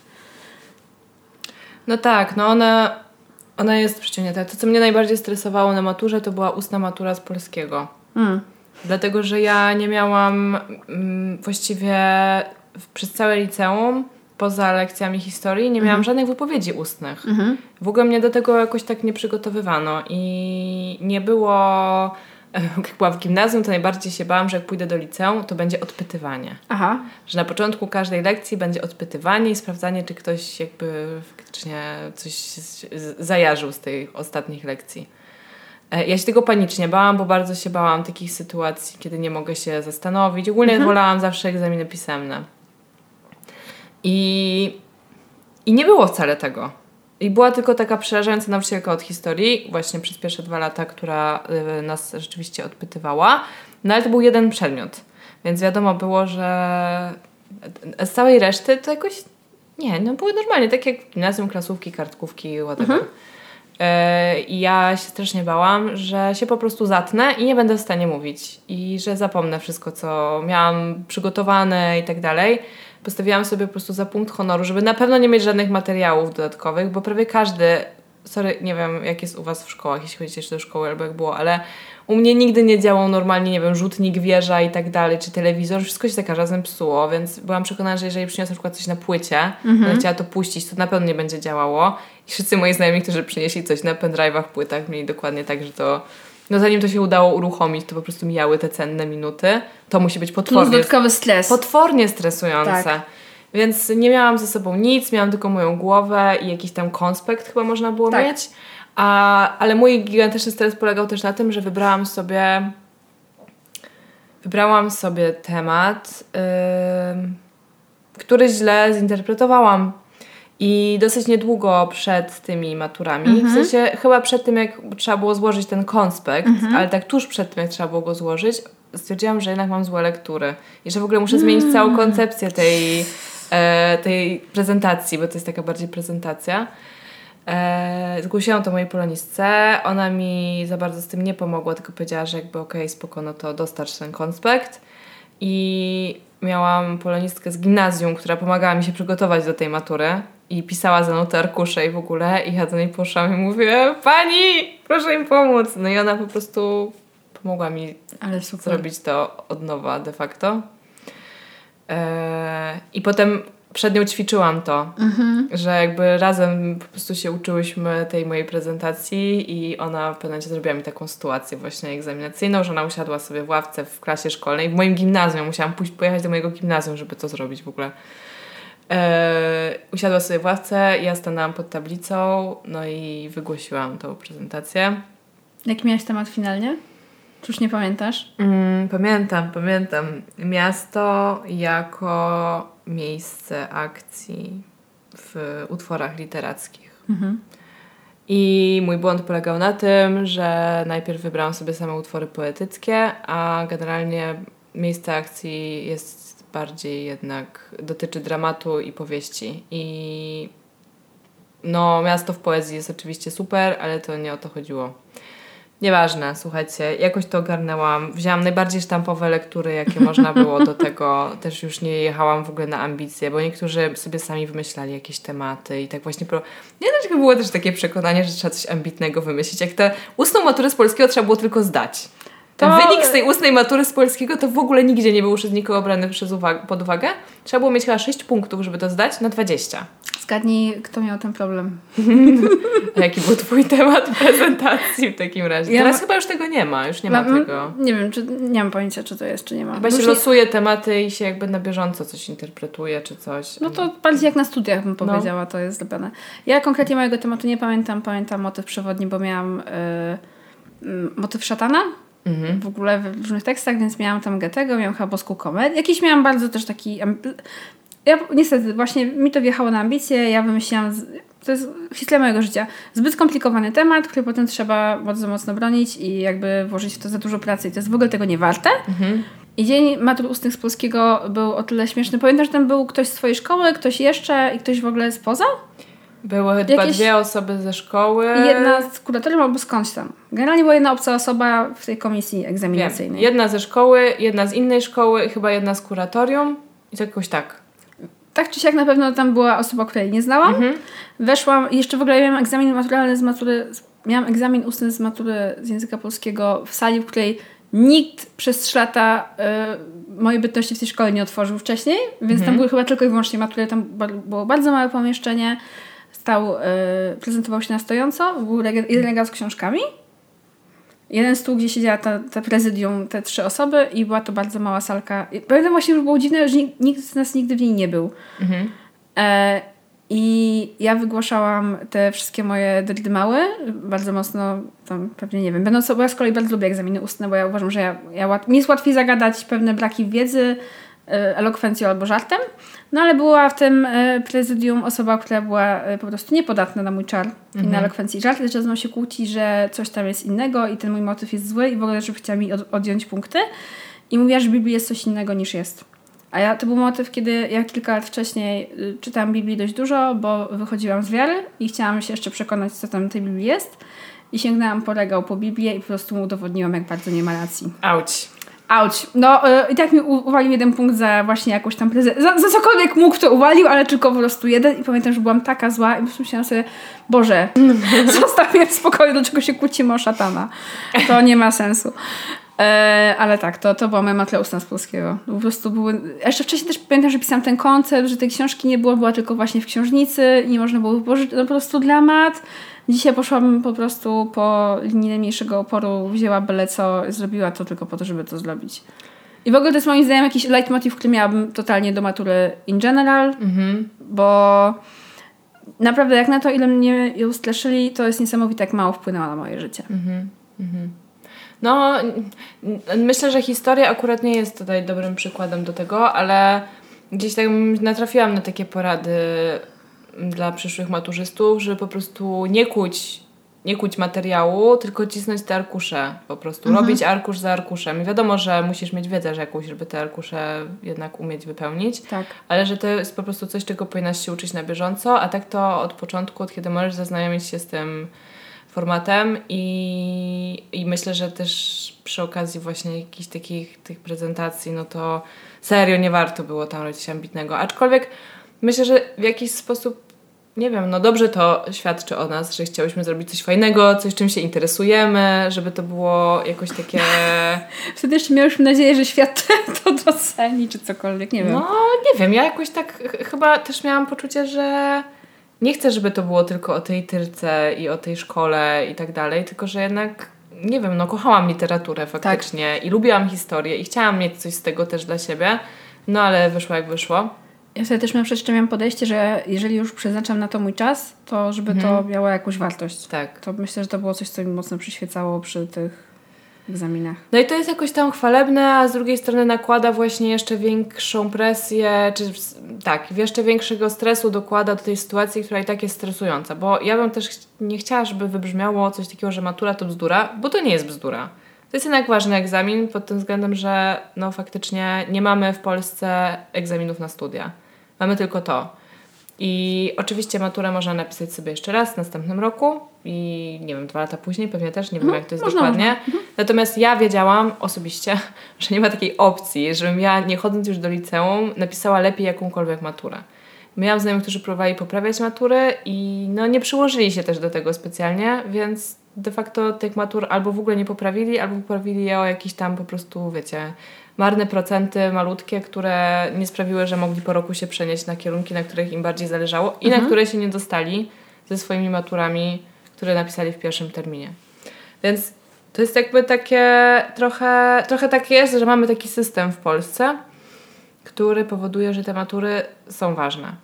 No tak, ona jest przeciągnięta. To, co mnie najbardziej stresowało na maturze, to była ustna matura z polskiego. Dlatego, że ja nie miałam właściwie przez całe liceum, poza lekcjami historii, nie miałam żadnych wypowiedzi ustnych. W ogóle mnie do tego jakoś tak nie przygotowywano i nie było... Jak była w gimnazjum, to najbardziej się bałam, że jak pójdę do liceum, to będzie odpytywanie. Aha. Że na początku każdej lekcji będzie odpytywanie i sprawdzanie, czy ktoś jakby faktycznie coś zajarzył z tych ostatnich lekcji. Ja się tego panicznie bałam, bo bardzo się bałam takich sytuacji, kiedy nie mogę się zastanowić. Ogólnie wolałam zawsze egzaminy pisemne. I nie było wcale tego. I była tylko taka przerażająca nauczycielka od historii, właśnie przez pierwsze 2 lata, która nas rzeczywiście odpytywała. No ale to był jeden przedmiot. Więc wiadomo było, że z całej reszty to jakoś... Nie, no były normalnie, tak jak w gimnazjum, klasówki, kartkówki, whatever. I ja się strasznie bałam, że się po prostu zatnę i nie będę w stanie mówić. I że zapomnę wszystko, co miałam przygotowane i tak dalej. Postawiłam sobie po prostu za punkt honoru, żeby na pewno nie mieć żadnych materiałów dodatkowych, bo prawie każdy, nie wiem jak jest u was w szkołach, jeśli chodzicie jeszcze do szkoły albo jak było, ale u mnie nigdy nie działał normalnie, nie wiem, rzutnik, wieża i tak dalej, czy telewizor, wszystko się tak razem psuło, więc byłam przekonana, że jeżeli przyniosę na przykład coś na płycie, będę chciała to puścić, to na pewno nie będzie działało. I wszyscy moi znajomi, którzy przynieśli coś na pendrive'ach, płytach, mieli dokładnie tak, że to... No zanim to się udało uruchomić, to po prostu mijały te cenne minuty. To musi być potwornie... Plus dodatkowy stres. Potwornie stresujące. Tak. Więc nie miałam ze sobą nic, miałam tylko moją głowę i jakiś tam konspekt chyba można było mieć. Ale mój gigantyczny stres polegał też na tym, że wybrałam sobie temat, który źle zinterpretowałam. I dosyć niedługo przed tymi maturami, w sensie chyba przed tym, jak trzeba było złożyć ten konspekt, ale tak tuż przed tym, jak trzeba było go złożyć, stwierdziłam, że jednak mam złe lektury i że w ogóle muszę zmienić całą koncepcję tej prezentacji, bo to jest taka bardziej prezentacja. Zgłosiłam to mojej polonistce, ona mi za bardzo z tym nie pomogła, tylko powiedziała, że jakby okej, spoko, no to dostarcz ten konspekt. I miałam polonistkę z gimnazjum, która pomagała mi się przygotować do tej matury i pisała ze mną te arkusze i w ogóle, i ja do niej poszłam i mówię: pani, proszę mi pomóc. No i ona po prostu pomogła mi zrobić to od nowa de facto. I potem przed nią ćwiczyłam to, że jakby razem po prostu się uczyłyśmy tej mojej prezentacji i ona w pewnym momencie zrobiła mi taką sytuację właśnie egzaminacyjną, że ona usiadła sobie w ławce w klasie szkolnej. W moim gimnazjum musiałam pojechać do mojego gimnazjum, żeby to zrobić w ogóle. Usiadła sobie w ławce, ja stanęłam pod tablicą, no i wygłosiłam tą prezentację. Jaki miałeś temat finalnie? Czy już nie pamiętasz? Pamiętam. Miasto jako miejsce akcji w utworach literackich. I mój błąd polegał na tym, że najpierw wybrałam sobie same utwory poetyckie, a generalnie miejsce akcji jest bardziej jednak, dotyczy dramatu i powieści. I no, miasto w poezji jest oczywiście super, ale to nie o to chodziło. Nieważne, słuchajcie, jakoś to ogarnęłam. Wzięłam najbardziej sztampowe lektury, jakie można było do tego. Też już nie jechałam w ogóle na ambicje, bo niektórzy sobie sami wymyślali jakieś tematy i tak właśnie... Nie, było też takie przekonanie, że trzeba coś ambitnego wymyślić. Jak tę ustną maturę z polskiego trzeba było tylko zdać. Wynik z tej ustnej matury z polskiego to w ogóle nigdzie nie był przez nikogo brany pod uwagę. Trzeba było mieć chyba 6 punktów, żeby to zdać na 20. Zgadnij, kto miał ten problem. A jaki był twój temat prezentacji w takim razie? Teraz chyba już tego nie ma, już nie ma tego. Nie wiem, nie mam pojęcia, czy to jest, czy nie ma. Chyba się losuje tematy i się jakby na bieżąco coś interpretuje, czy coś. No to bardziej jak na studiach bym powiedziała, to jest zrobione. Ja konkretnie mojego tematu nie pamiętam. Pamiętam motyw przewodni, bo miałam motyw szatana. W ogóle w różnych tekstach, więc miałam tam Goethego, miałam chyba boską komedię. Jakiś miałam bardzo też taki... Ja niestety, właśnie mi to wjechało na ambicje, ja wymyśliłam... To jest historia mojego życia. Zbyt skomplikowany temat, który potem trzeba bardzo mocno bronić i jakby włożyć w to za dużo pracy i to jest w ogóle tego nie warte. I dzień matur ustnych z polskiego był o tyle śmieszny. Pamiętam, że tam był ktoś z twojej szkoły, ktoś jeszcze i ktoś w ogóle spoza? Były chyba 2 osoby ze szkoły. Jedna z kuratorium albo skądś tam. Generalnie była jedna obca osoba w tej komisji egzaminacyjnej. Wiem. Jedna ze szkoły, jedna z innej szkoły, chyba jedna z kuratorium i to jakoś tak. Tak czy siak na pewno tam była osoba, której nie znałam. Weszłam i jeszcze w ogóle miałam egzamin maturalny z matury. Miałam egzamin ustny z matury z języka polskiego w sali, w której nikt przez 3 lata mojej bytności w tej szkole nie otworzył wcześniej, więc tam były chyba tylko i wyłącznie matury. Tam było bardzo małe pomieszczenie. Prezentował się na stojąco. Był jeden regał z książkami. Jeden stół, gdzie siedziała ta prezydium, te 3 osoby i była to bardzo mała salka. Pamiętam właśnie, że było dziwne, że nikt z nas nigdy w niej nie był. I ja wygłaszałam te wszystkie moje dyrdymały bardzo mocno, tam pewnie nie wiem, bo ja z kolei bardzo lubię egzaminy ustne, bo ja uważam, że mi jest łatwiej zagadać pewne braki wiedzy elokwencją albo żartem. No ale była w tym prezydium osoba, która była po prostu niepodatna na mój czar i na elokwencji i żarty. Zaczęła się kłócić, że coś tam jest innego i ten mój motyw jest zły i w ogóle, żeby chciała mi odjąć punkty. I mówiła, że w Biblii jest coś innego niż jest. A to był motyw, kiedy ja kilka lat wcześniej czytałam Biblii dość dużo, bo wychodziłam z wiary i chciałam się jeszcze przekonać, co tam w tej Biblii jest. I sięgnęłam po regał po Biblię i po prostu mu udowodniłam, jak bardzo nie ma racji. Auć. No i tak mi uwalił 1 punkt za właśnie jakąś tam za cokolwiek mógł to uwalił, ale tylko po prostu 1 i pamiętam, że byłam taka zła i myślałam sobie, Boże, zostaw mnie w spokoju, dlaczego się kłócimy o szatana. To nie ma sensu. Ale tak, to była moja matura ustna z polskiego. Po prostu były... Jeszcze wcześniej też pamiętam, że pisałam ten koncept, że tej książki nie było, była tylko właśnie w książnicy i nie można było położyć po prostu dla mat. Dzisiaj poszłabym po prostu po linii najmniejszego oporu, wzięła byle co, zrobiła to tylko po to, żeby to zrobić. I w ogóle to jest moim zdaniem jakiś leitmotiv, który miałabym totalnie do matury in general, bo naprawdę jak na to, ile mnie ją straszyli, to jest niesamowite, jak mało wpłynęła na moje życie. No, myślę, że historia akurat nie jest tutaj dobrym przykładem do tego, ale gdzieś tak natrafiłam na takie porady dla przyszłych maturzystów, żeby po prostu nie kłuć materiału, tylko cisnąć te arkusze po prostu. Robić arkusz za arkuszem. I wiadomo, że musisz mieć wiedzę jakąś, żeby te arkusze jednak umieć wypełnić. Tak. Ale że to jest po prostu coś, czego powinnaś się uczyć na bieżąco, a tak to od początku, od kiedy możesz zaznajomić się z tym formatem i myślę, że też przy okazji właśnie jakichś tych prezentacji, no to serio nie warto było tam robić ambitnego. Aczkolwiek myślę, że w jakiś sposób, nie wiem, no dobrze to świadczy o nas, że chciałyśmy zrobić coś fajnego, coś czym się interesujemy, żeby to było jakoś takie... Wtedy jeszcze miałyśmy nadzieję, że świat to doceni, czy cokolwiek, nie wiem. No, nie wiem, ja jakoś tak chyba też miałam poczucie, że nie chcę, żeby to było tylko o tej tyrce i o tej szkole i tak dalej, tylko że jednak, nie wiem, no kochałam literaturę faktycznie i lubiłam historię i chciałam mieć coś z tego też dla siebie, no ale wyszło jak wyszło. Ja sobie też miałam podejście, że jeżeli już przeznaczam na to mój czas, to żeby to miało jakąś wartość. Tak. To myślę, że to było coś, co mi mocno przyświecało przy tych egzaminach. No i to jest jakoś tam chwalebne, a z drugiej strony nakłada właśnie jeszcze większą presję, czy tak, jeszcze większego stresu dokłada do tej sytuacji, która i tak jest stresująca, bo ja bym też nie chciała, żeby wybrzmiało coś takiego, że matura to bzdura, bo to nie jest bzdura. To jest jednak ważny egzamin pod tym względem, że no faktycznie nie mamy w Polsce egzaminów na studia. Mamy tylko to. I oczywiście maturę można napisać sobie jeszcze raz w następnym roku i nie wiem, 2 lata później pewnie też, nie wiem jak to jest dokładnie. Natomiast ja wiedziałam osobiście, że nie ma takiej opcji, żebym ja, nie chodząc już do liceum, napisała lepiej jakąkolwiek maturę. Miałam znajomych, którzy próbowali poprawiać matury i no nie przyłożyli się też do tego specjalnie, więc de facto tych matur albo w ogóle nie poprawili, albo poprawili je o jakieś tam po prostu, wiecie, marne procenty, malutkie, które nie sprawiły, że mogli po roku się przenieść na kierunki, na których im bardziej zależało i na które się nie dostali ze swoimi maturami, które napisali w pierwszym terminie. Więc to jest jakby takie, trochę tak jest, że mamy taki system w Polsce, który powoduje, że te matury są ważne.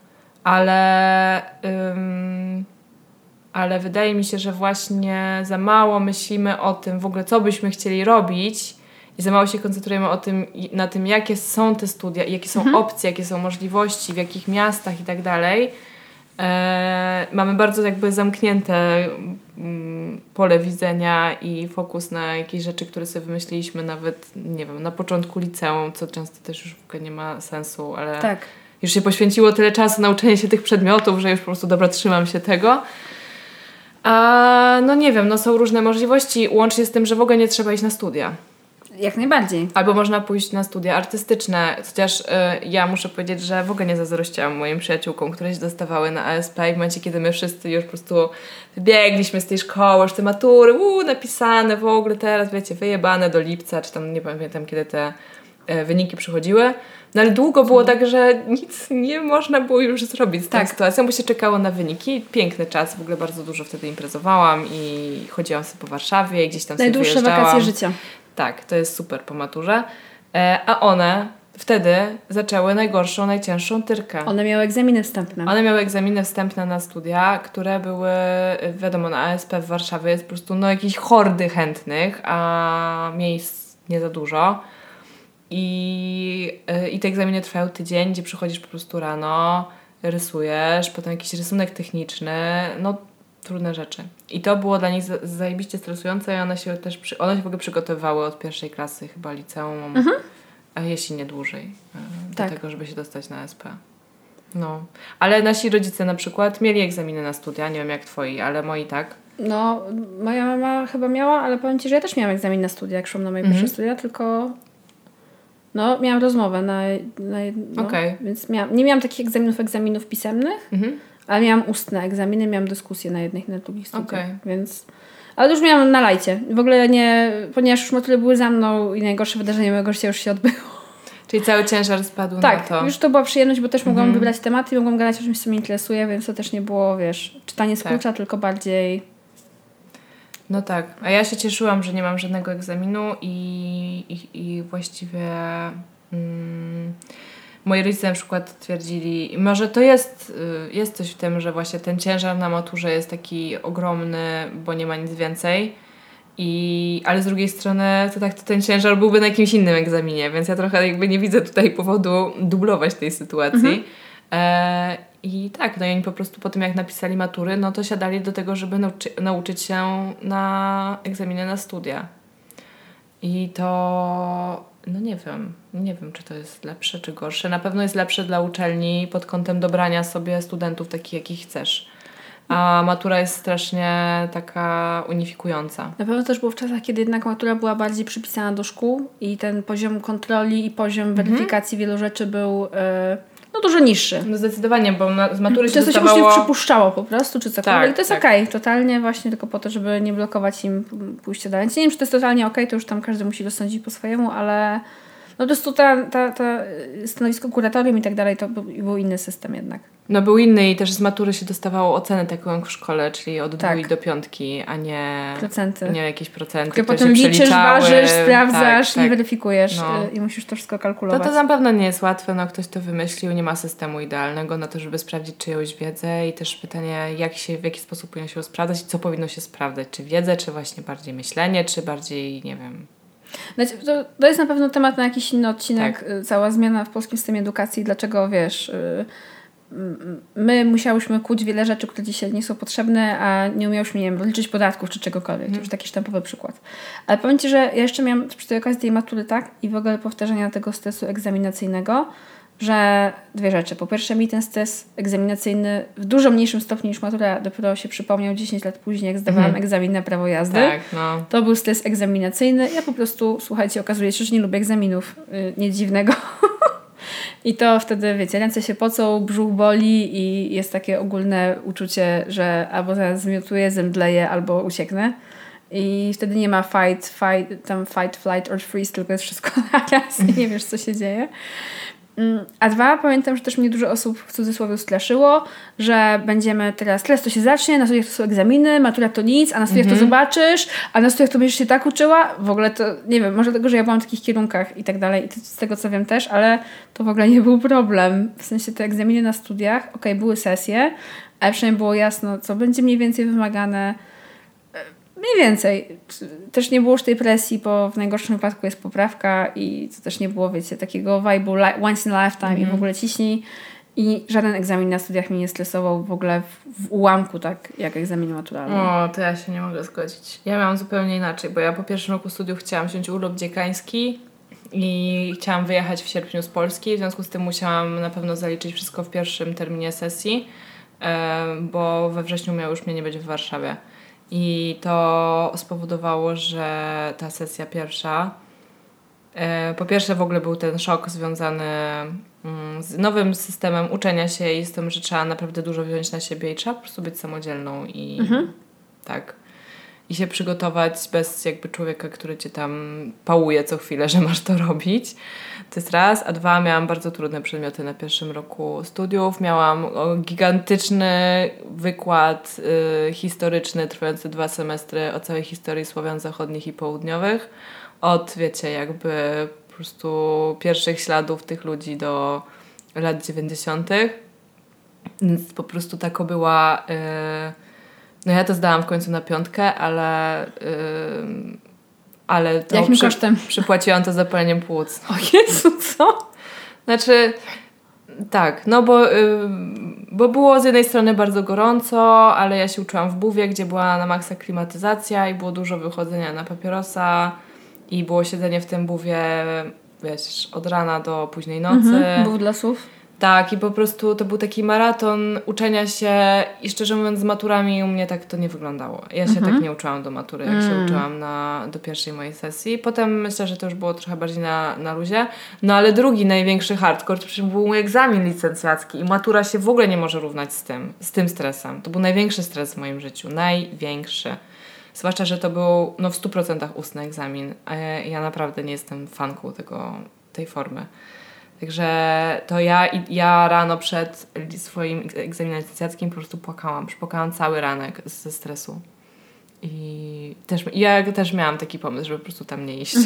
Ale wydaje mi się, że właśnie za mało myślimy o tym w ogóle, co byśmy chcieli robić i za mało się koncentrujemy na tym, jakie są te studia, jakie są opcje, jakie są możliwości, w jakich miastach i tak dalej. Mamy bardzo jakby zamknięte pole widzenia i fokus na jakieś rzeczy, które sobie wymyśliliśmy nawet, nie wiem, na początku liceum, co często też już w ogóle nie ma sensu, ale tak. Już się poświęciło tyle czasu na uczenie się tych przedmiotów, że już po prostu dobra, trzymam się tego. A no nie wiem, no są różne możliwości, łącznie z tym, że w ogóle nie trzeba iść na studia. Jak najbardziej. Albo można pójść na studia artystyczne, chociaż ja muszę powiedzieć, że w ogóle nie zazdrościłam moim przyjaciółkom, które się dostawały na ASP i w momencie, kiedy my wszyscy już po prostu wybiegliśmy z tej szkoły, już te matury, napisane w ogóle teraz, wiecie, wyjebane do lipca, czy tam nie pamiętam, kiedy te wyniki przychodziły. No ale długo było tak, że nic nie można było już zrobić z tą sytuacją, bo się czekało na wyniki. Piękny czas, w ogóle bardzo dużo wtedy imprezowałam i chodziłam sobie po Warszawie i gdzieś tam sobie wyjeżdżałam. Najdłuższe wakacje życia. Tak, to jest super po maturze. A one wtedy zaczęły najgorszą, najcięższą tyrkę. One miały egzaminy wstępne. One miały egzaminy wstępne na studia, które były, wiadomo, na ASP w Warszawie jest po prostu jakieś hordy chętnych, a miejsc nie za dużo. I te egzaminy trwają tydzień, gdzie przychodzisz po prostu rano, rysujesz, potem jakiś rysunek techniczny, trudne rzeczy. I to było dla nich zajebiście stresujące i one się w ogóle przygotowywały od pierwszej klasy chyba liceum, a jeśli nie dłużej, do tego, żeby się dostać na SP. No. Ale nasi rodzice na przykład mieli egzaminy na studia, nie wiem jak twoi, ale moi tak. No, moja mama chyba miała, ale powiem ci, że ja też miałam egzamin na studia, jak szłam na moje pierwsze studia, tylko miałam rozmowę więc nie miałam takich egzaminów pisemnych, ale miałam ustne egzaminy, miałam dyskusje na jednych i na drugich studiach, więc... Ale już miałam na lajcie. W ogóle ponieważ już matury były za mną i najgorsze wydarzenie mojego życia już się odbyło. Czyli cały ciężar spadł na to. Tak, już to była przyjemność, bo też mogłam wybrać tematy i mogłam gadać o czymś, co mnie interesuje, więc to też nie było, czytanie z klucza, tylko bardziej... No tak, a ja się cieszyłam, że nie mam żadnego egzaminu i właściwie moi rodzice na przykład twierdzili, może to jest coś w tym, że właśnie ten ciężar na maturze jest taki ogromny, bo nie ma nic więcej, ale z drugiej strony to ten ciężar byłby na jakimś innym egzaminie, więc ja trochę jakby nie widzę tutaj powodu dublować tej sytuacji. I tak, i oni po prostu po tym jak napisali matury, to siadali do tego, żeby nauczyć się na egzaminy na studia. I to, nie wiem, czy to jest lepsze, czy gorsze. Na pewno jest lepsze dla uczelni pod kątem dobrania sobie studentów takich, jakich chcesz. A matura jest strasznie taka unifikująca. Na pewno też było w czasach, kiedy jednak matura była bardziej przypisana do szkół i ten poziom kontroli i poziom weryfikacji wielu rzeczy był... dużo niższy. No zdecydowanie, bo z matury się często dostawało... się uczniów przypuszczało po prostu, czy cokolwiek. Tak, i to jest okej, totalnie właśnie tylko po to, żeby nie blokować im pójścia dalej. Nie wiem, czy to jest totalnie okej, to już tam każdy musi rozsądzić po swojemu, ale po prostu ta stanowisko kuratorium i tak dalej, to był inny system jednak. Był inny i też z matury się dostawało ocenę taką jak w szkole, czyli od 2 do 5, a nie procenty. Nie jakieś procenty, które potem liczysz, ważysz, sprawdzasz i weryfikujesz i musisz to wszystko kalkulować. To na pewno nie jest łatwe, ktoś to wymyślił, nie ma systemu idealnego na to, żeby sprawdzić czyjąś wiedzę i też pytanie, w jaki sposób powinno się sprawdzać i co powinno się sprawdzać, czy wiedzę, czy właśnie bardziej myślenie, czy bardziej, nie wiem... To jest na pewno temat na jakiś inny odcinek, cała zmiana w polskim systemie edukacji, dlaczego my musiałyśmy kłuć wiele rzeczy, które dzisiaj nie są potrzebne, a nie umiałyśmy, nie wiem, liczyć podatków czy czegokolwiek. To już taki sztampowy przykład. Ale powiem ci, że ja jeszcze miałam przy tej okazji tej matury i w ogóle powtarzania tego stresu egzaminacyjnego, że dwie rzeczy. Po pierwsze, mi ten stres egzaminacyjny w dużo mniejszym stopniu niż matura dopiero się przypomniał 10 lat później, jak zdawałam egzamin na prawo jazdy. Tak, no. To był stres egzaminacyjny. Ja po prostu, słuchajcie, okazuje się, że nie lubię egzaminów. Nic dziwnego. I to wtedy, wiecie, ręce się pocą, brzuch boli i jest takie ogólne uczucie, że albo zaraz zmiotuję, zemdleję, albo ucieknę. I wtedy nie ma fight, flight or freeze, tylko jest wszystko naraz i nie wiesz, co się dzieje. A dwa, pamiętam, że też mnie dużo osób w cudzysłowie straszyło, że będziemy teraz, to się zacznie, na studiach to są egzaminy, matura to nic, a na studiach to zobaczysz, a na studiach to będziesz się tak uczyła. W ogóle to, nie wiem, może dlatego, że ja byłam w takich kierunkach i tak dalej, i z tego co wiem też, ale to w ogóle nie był problem. W sensie te egzaminy na studiach, były sesje, ale przynajmniej było jasno, co będzie mniej więcej wymagane. Mniej więcej. Też nie było już tej presji, bo w najgorszym wypadku jest poprawka i to też nie było, wiecie, takiego vibe'u once in a lifetime i w ogóle ciśnij. I żaden egzamin na studiach mnie nie stresował w ogóle w ułamku, tak jak egzamin maturalny. O, to ja się nie mogę zgodzić. Ja miałam zupełnie inaczej, bo ja po pierwszym roku studiów chciałam wziąć urlop dziekański i chciałam wyjechać w sierpniu z Polski, w związku z tym musiałam na pewno zaliczyć wszystko w pierwszym terminie sesji, bo we wrześniu miało już mnie nie być w Warszawie. I to spowodowało, że ta sesja pierwsza, po pierwsze w ogóle był ten szok związany z nowym systemem uczenia się i z tym, że trzeba naprawdę dużo wziąć na siebie i trzeba po prostu być samodzielną i tak. I się przygotować bez jakby człowieka, który cię tam pałuje co chwilę, że masz to robić. To jest raz. A dwa, miałam bardzo trudne przedmioty na pierwszym roku studiów. Miałam gigantyczny wykład historyczny trwający 2 semestry o całej historii Słowian zachodnich i południowych. Od, wiecie, jakby po prostu pierwszych śladów tych ludzi do lat 90. Więc po prostu taka była... No ja to zdałam w końcu na 5, ale to jakim kosztem? Przypłaciłam to zapaleniem płuc. O Jezu, co? Znaczy, tak, no bo było z jednej strony bardzo gorąco, ale ja się uczyłam w Buwie, gdzie była na maksa klimatyzacja i było dużo wychodzenia na papierosa i było siedzenie w tym Buwie, wiesz, od rana do późnej nocy. Bów dla słów. Tak, i po prostu to był taki maraton uczenia się i szczerze mówiąc z maturami u mnie tak to nie wyglądało. Ja się tak nie uczyłam do matury, jak się uczyłam do pierwszej mojej sesji. Potem myślę, że to już było trochę bardziej na luzie. No ale drugi największy hardcore to przecież był mój egzamin licencjacki i matura się w ogóle nie może równać z tym stresem. To był największy stres w moim życiu. Największy. Zwłaszcza, że to był w 100% ustny egzamin. A ja naprawdę nie jestem fanką tej formy. Także to ja rano przed swoim egzaminem licencjackim po prostu płakałam. Przypłakałam cały ranek ze stresu. Ja też miałam taki pomysł, żeby po prostu tam nie iść.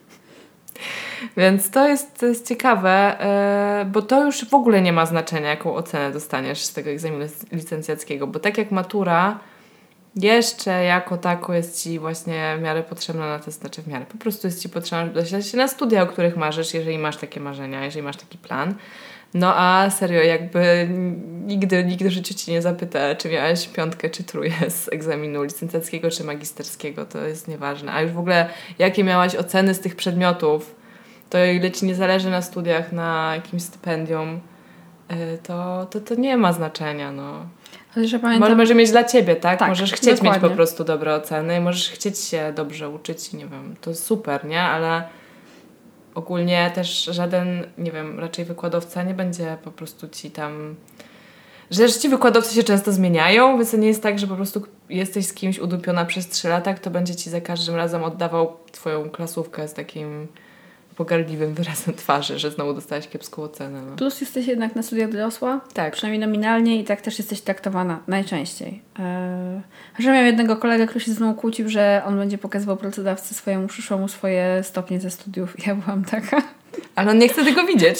Więc to jest ciekawe, bo to już w ogóle nie ma znaczenia, jaką ocenę dostaniesz z tego egzaminu licencjackiego, bo tak jak matura jeszcze jako tako jest Ci właśnie w miarę potrzebna na test, znaczy w miarę, po prostu jest Ci potrzebna, żeby dostać się na studia, o których marzysz, jeżeli masz takie marzenia, jeżeli masz taki plan. No a serio, jakby nigdy w życiu Ci nie zapyta, czy miałaś 5 czy 3 z egzaminu licencjackiego czy magisterskiego, to jest nieważne. A już w ogóle jakie miałaś oceny z tych przedmiotów, to o ile Ci nie zależy na studiach, na jakimś stypendium, to nie ma znaczenia, no. Że pamiętam... Może mieć dla Ciebie, tak? Możesz chcieć dokładnie mieć po prostu dobre oceny, możesz chcieć się dobrze uczyć, nie wiem, to jest super, nie? Ale ogólnie też żaden, nie wiem, raczej wykładowca nie będzie po prostu Ci tam... Że ci wykładowcy się często zmieniają, więc to nie jest tak, że po prostu jesteś z kimś udupiona przez 3 lata, kto będzie Ci za każdym razem oddawał Twoją klasówkę z takim pogardliwym wyrazem twarzy, że znowu dostałaś kiepską ocenę. No. Plus jesteś jednak na studiach dorosła, tak. Przynajmniej nominalnie i tak też jesteś traktowana najczęściej. Że miałam jednego kolegę, który się ze mną kłócił, że on będzie pokazywał pracodawcy swojemu przyszłemu swoje stopnie ze studiów i ja byłam taka... Ale on nie chce tego widzieć.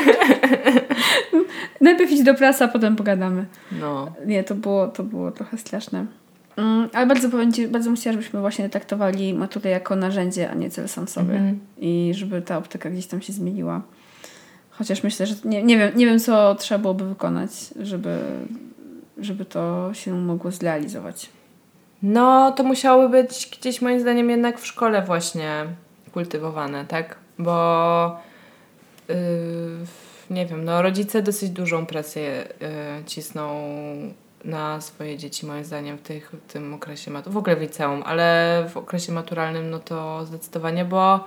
Najpierw idź do pracy, a potem pogadamy. No. Nie, to było trochę straszne. Ale bardzo bym chciała, żebyśmy właśnie traktowali maturę jako narzędzie, a nie cel sam sobie. I żeby ta optyka gdzieś tam się zmieniła. Chociaż myślę, że nie wiem, co trzeba byłoby wykonać, żeby to się mogło zrealizować. No, to musiałoby być gdzieś moim zdaniem jednak w szkole właśnie kultywowane, tak? Bo nie wiem, no rodzice dosyć dużą presję cisną na swoje dzieci, moim zdaniem, w tym okresie, w ogóle w liceum, ale w okresie maturalnym, no to zdecydowanie, bo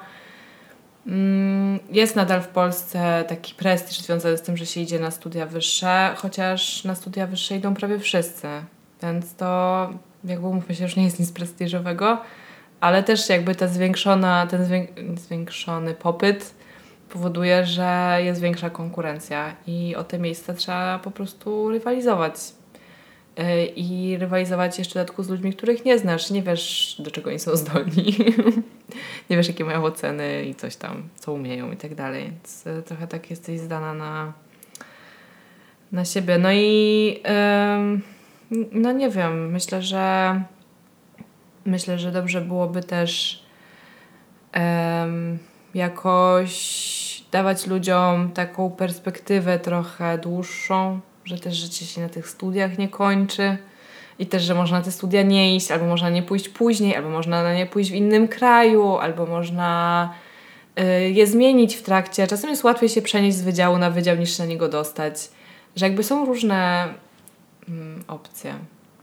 jest nadal w Polsce taki prestiż związany z tym, że się idzie na studia wyższe, chociaż na studia wyższe idą prawie wszyscy, więc to jakby umówmy się, już nie jest nic prestiżowego, ale też jakby ten zwiększony popyt powoduje, że jest większa konkurencja i o te miejsca trzeba po prostu rywalizować. I rywalizować jeszcze w dodatku z ludźmi, których nie znasz, nie wiesz, do czego oni są zdolni, nie wiesz, jakie mają oceny i coś tam, co umieją i tak dalej, więc trochę tak jesteś zdana na siebie. No i no nie wiem, myślę, że dobrze byłoby też jakoś dawać ludziom taką perspektywę trochę dłuższą, że też życie się na tych studiach nie kończy i też, że można na te studia nie iść, albo można nie pójść później, albo można na nie pójść w innym kraju, albo można je zmienić w trakcie. Czasem jest łatwiej się przenieść z wydziału na wydział niż się na niego dostać. Że jakby są różne opcje.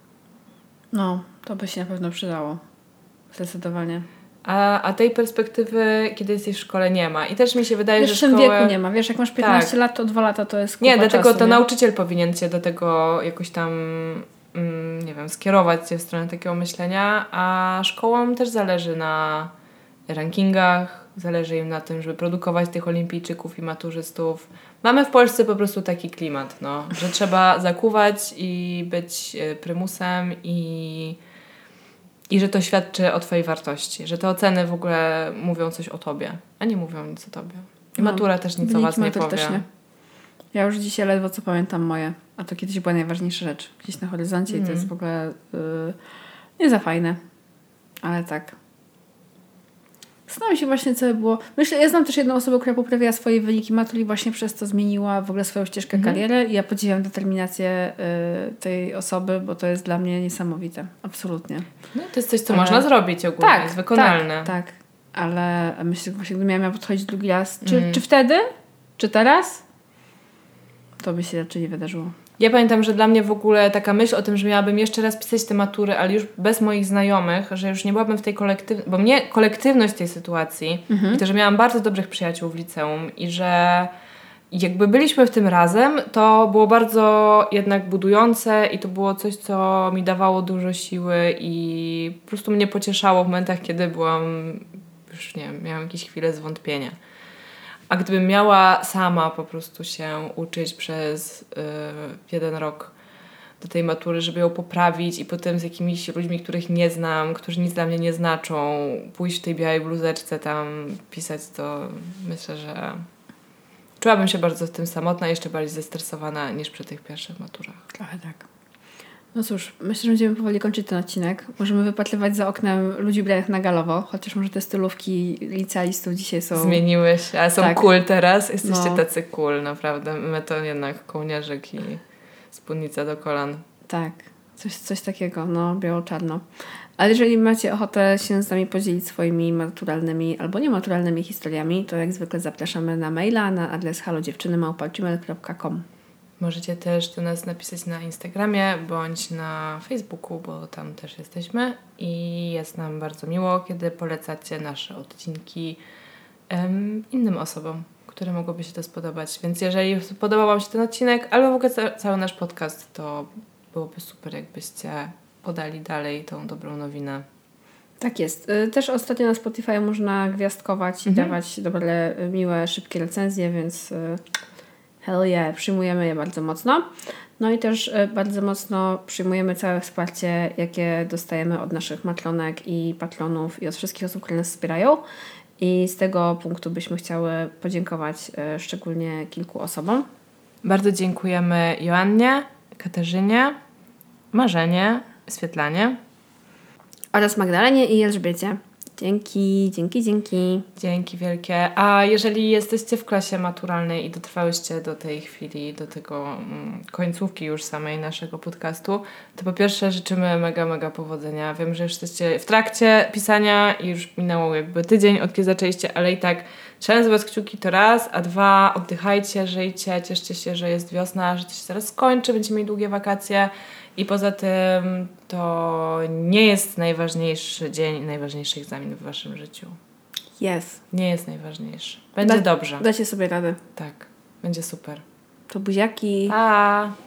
No, to by się na pewno przydało. Zdecydowanie. A tej perspektywy, kiedy jesteś w szkole, nie ma. I też mi się wydaje, że w tym wieku nie ma. Wiesz, jak masz 15 lat, to 2 lata to jest kupa Nie, dlatego czasu, to nie? nauczyciel powinien cię do tego jakoś tam, nie wiem, skierować cię w stronę takiego myślenia, a szkołom też zależy na rankingach, zależy im na tym, żeby produkować tych olimpijczyków i maturzystów. Mamy w Polsce po prostu taki klimat, no, że trzeba zakuwać i być prymusem i że to świadczy o twojej wartości, że te oceny w ogóle mówią coś o tobie, a nie mówią nic o tobie. I matura też nic o was nie powie. Też nie. Ja już dzisiaj ledwo co pamiętam moje, a to kiedyś była najważniejsza rzecz. Gdzieś na horyzoncie i to jest w ogóle nie za fajne, ale tak. Zastanawiam się właśnie, co było. Myślę, ja znam też jedną osobę, która poprawiła swoje wyniki matury i właśnie przez to zmieniła w ogóle swoją ścieżkę kariery i ja podziwiam determinację tej osoby, bo to jest dla mnie niesamowite. Absolutnie. No to jest coś, co można zrobić ogólnie. Tak, jest wykonalne. Tak. Ale myślę, że właśnie gdybym miała podchodzić drugi raz, czy wtedy, czy teraz, to by się raczej nie wydarzyło. Ja pamiętam, że dla mnie w ogóle taka myśl o tym, że miałabym jeszcze raz pisać te matury, ale już bez moich znajomych, że już nie byłabym w tej bo mnie kolektywność tej sytuacji i to, że miałam bardzo dobrych przyjaciół w liceum i że jakby byliśmy w tym razem, to było bardzo jednak budujące i to było coś, co mi dawało dużo siły i po prostu mnie pocieszało w momentach, kiedy byłam, już nie wiem, miałam jakieś chwile zwątpienia. A gdybym miała sama po prostu się uczyć przez 1 rok do tej matury, żeby ją poprawić i potem z jakimiś ludźmi, których nie znam, którzy nic dla mnie nie znaczą, pójść w tej białej bluzeczce tam pisać, to myślę, że czułabym się bardzo w tym samotna i jeszcze bardziej zestresowana niż przy tych pierwszych maturach. Trochę tak. No cóż, myślę, że będziemy powoli kończyć ten odcinek. Możemy wypatrywać za oknem ludzi ubranych na galowo, chociaż może te stylówki licealistów dzisiaj są... Zmieniły się, ale są cool teraz. Jesteście tacy cool, naprawdę. My to jednak kołnierzyk i spódnica do kolan. Tak, coś takiego, no biało-czarno. Ale jeżeli macie ochotę się z nami podzielić swoimi maturalnymi albo niematuralnymi historiami, to jak zwykle zapraszamy na maila na adres halodziewczyny@gmail.com. Możecie też do nas napisać na Instagramie bądź na Facebooku, bo tam też jesteśmy i jest nam bardzo miło, kiedy polecacie nasze odcinki innym osobom, które mogłoby się to spodobać. Więc jeżeli podobał wam się ten odcinek albo w ogóle cały nasz podcast, to byłoby super, jakbyście podali dalej tą dobrą nowinę. Tak jest. Też ostatnio na Spotify można gwiazdkować i dawać dobre, miłe, szybkie recenzje, więc hell yeah, przyjmujemy je bardzo mocno. No i też bardzo mocno przyjmujemy całe wsparcie, jakie dostajemy od naszych matronek i patronów i od wszystkich osób, które nas wspierają. I z tego punktu byśmy chciały podziękować szczególnie kilku osobom. Bardzo dziękujemy Joannie, Katarzynie, Marzenie, Swietlanie oraz Magdalenie i Elżbiecie. Dzięki. Dzięki wielkie. A jeżeli jesteście w klasie maturalnej i dotrwałyście do tej chwili, do tego końcówki już samej naszego podcastu, to po pierwsze życzymy mega powodzenia. Wiem, że już jesteście w trakcie pisania i już minęło jakby tydzień, od kiedy zaczęliście, ale i tak trzymając za was kciuki to raz, a dwa, oddychajcie, żyjcie, cieszcie się, że jest wiosna, że to się zaraz skończy, będziecie mieli długie wakacje i poza tym to nie jest najważniejszy dzień, najważniejszy egzamin w waszym życiu. Jest. Nie jest najważniejszy. Będzie dobrze. Dacie sobie radę. Tak, będzie super. To buziaki. Pa!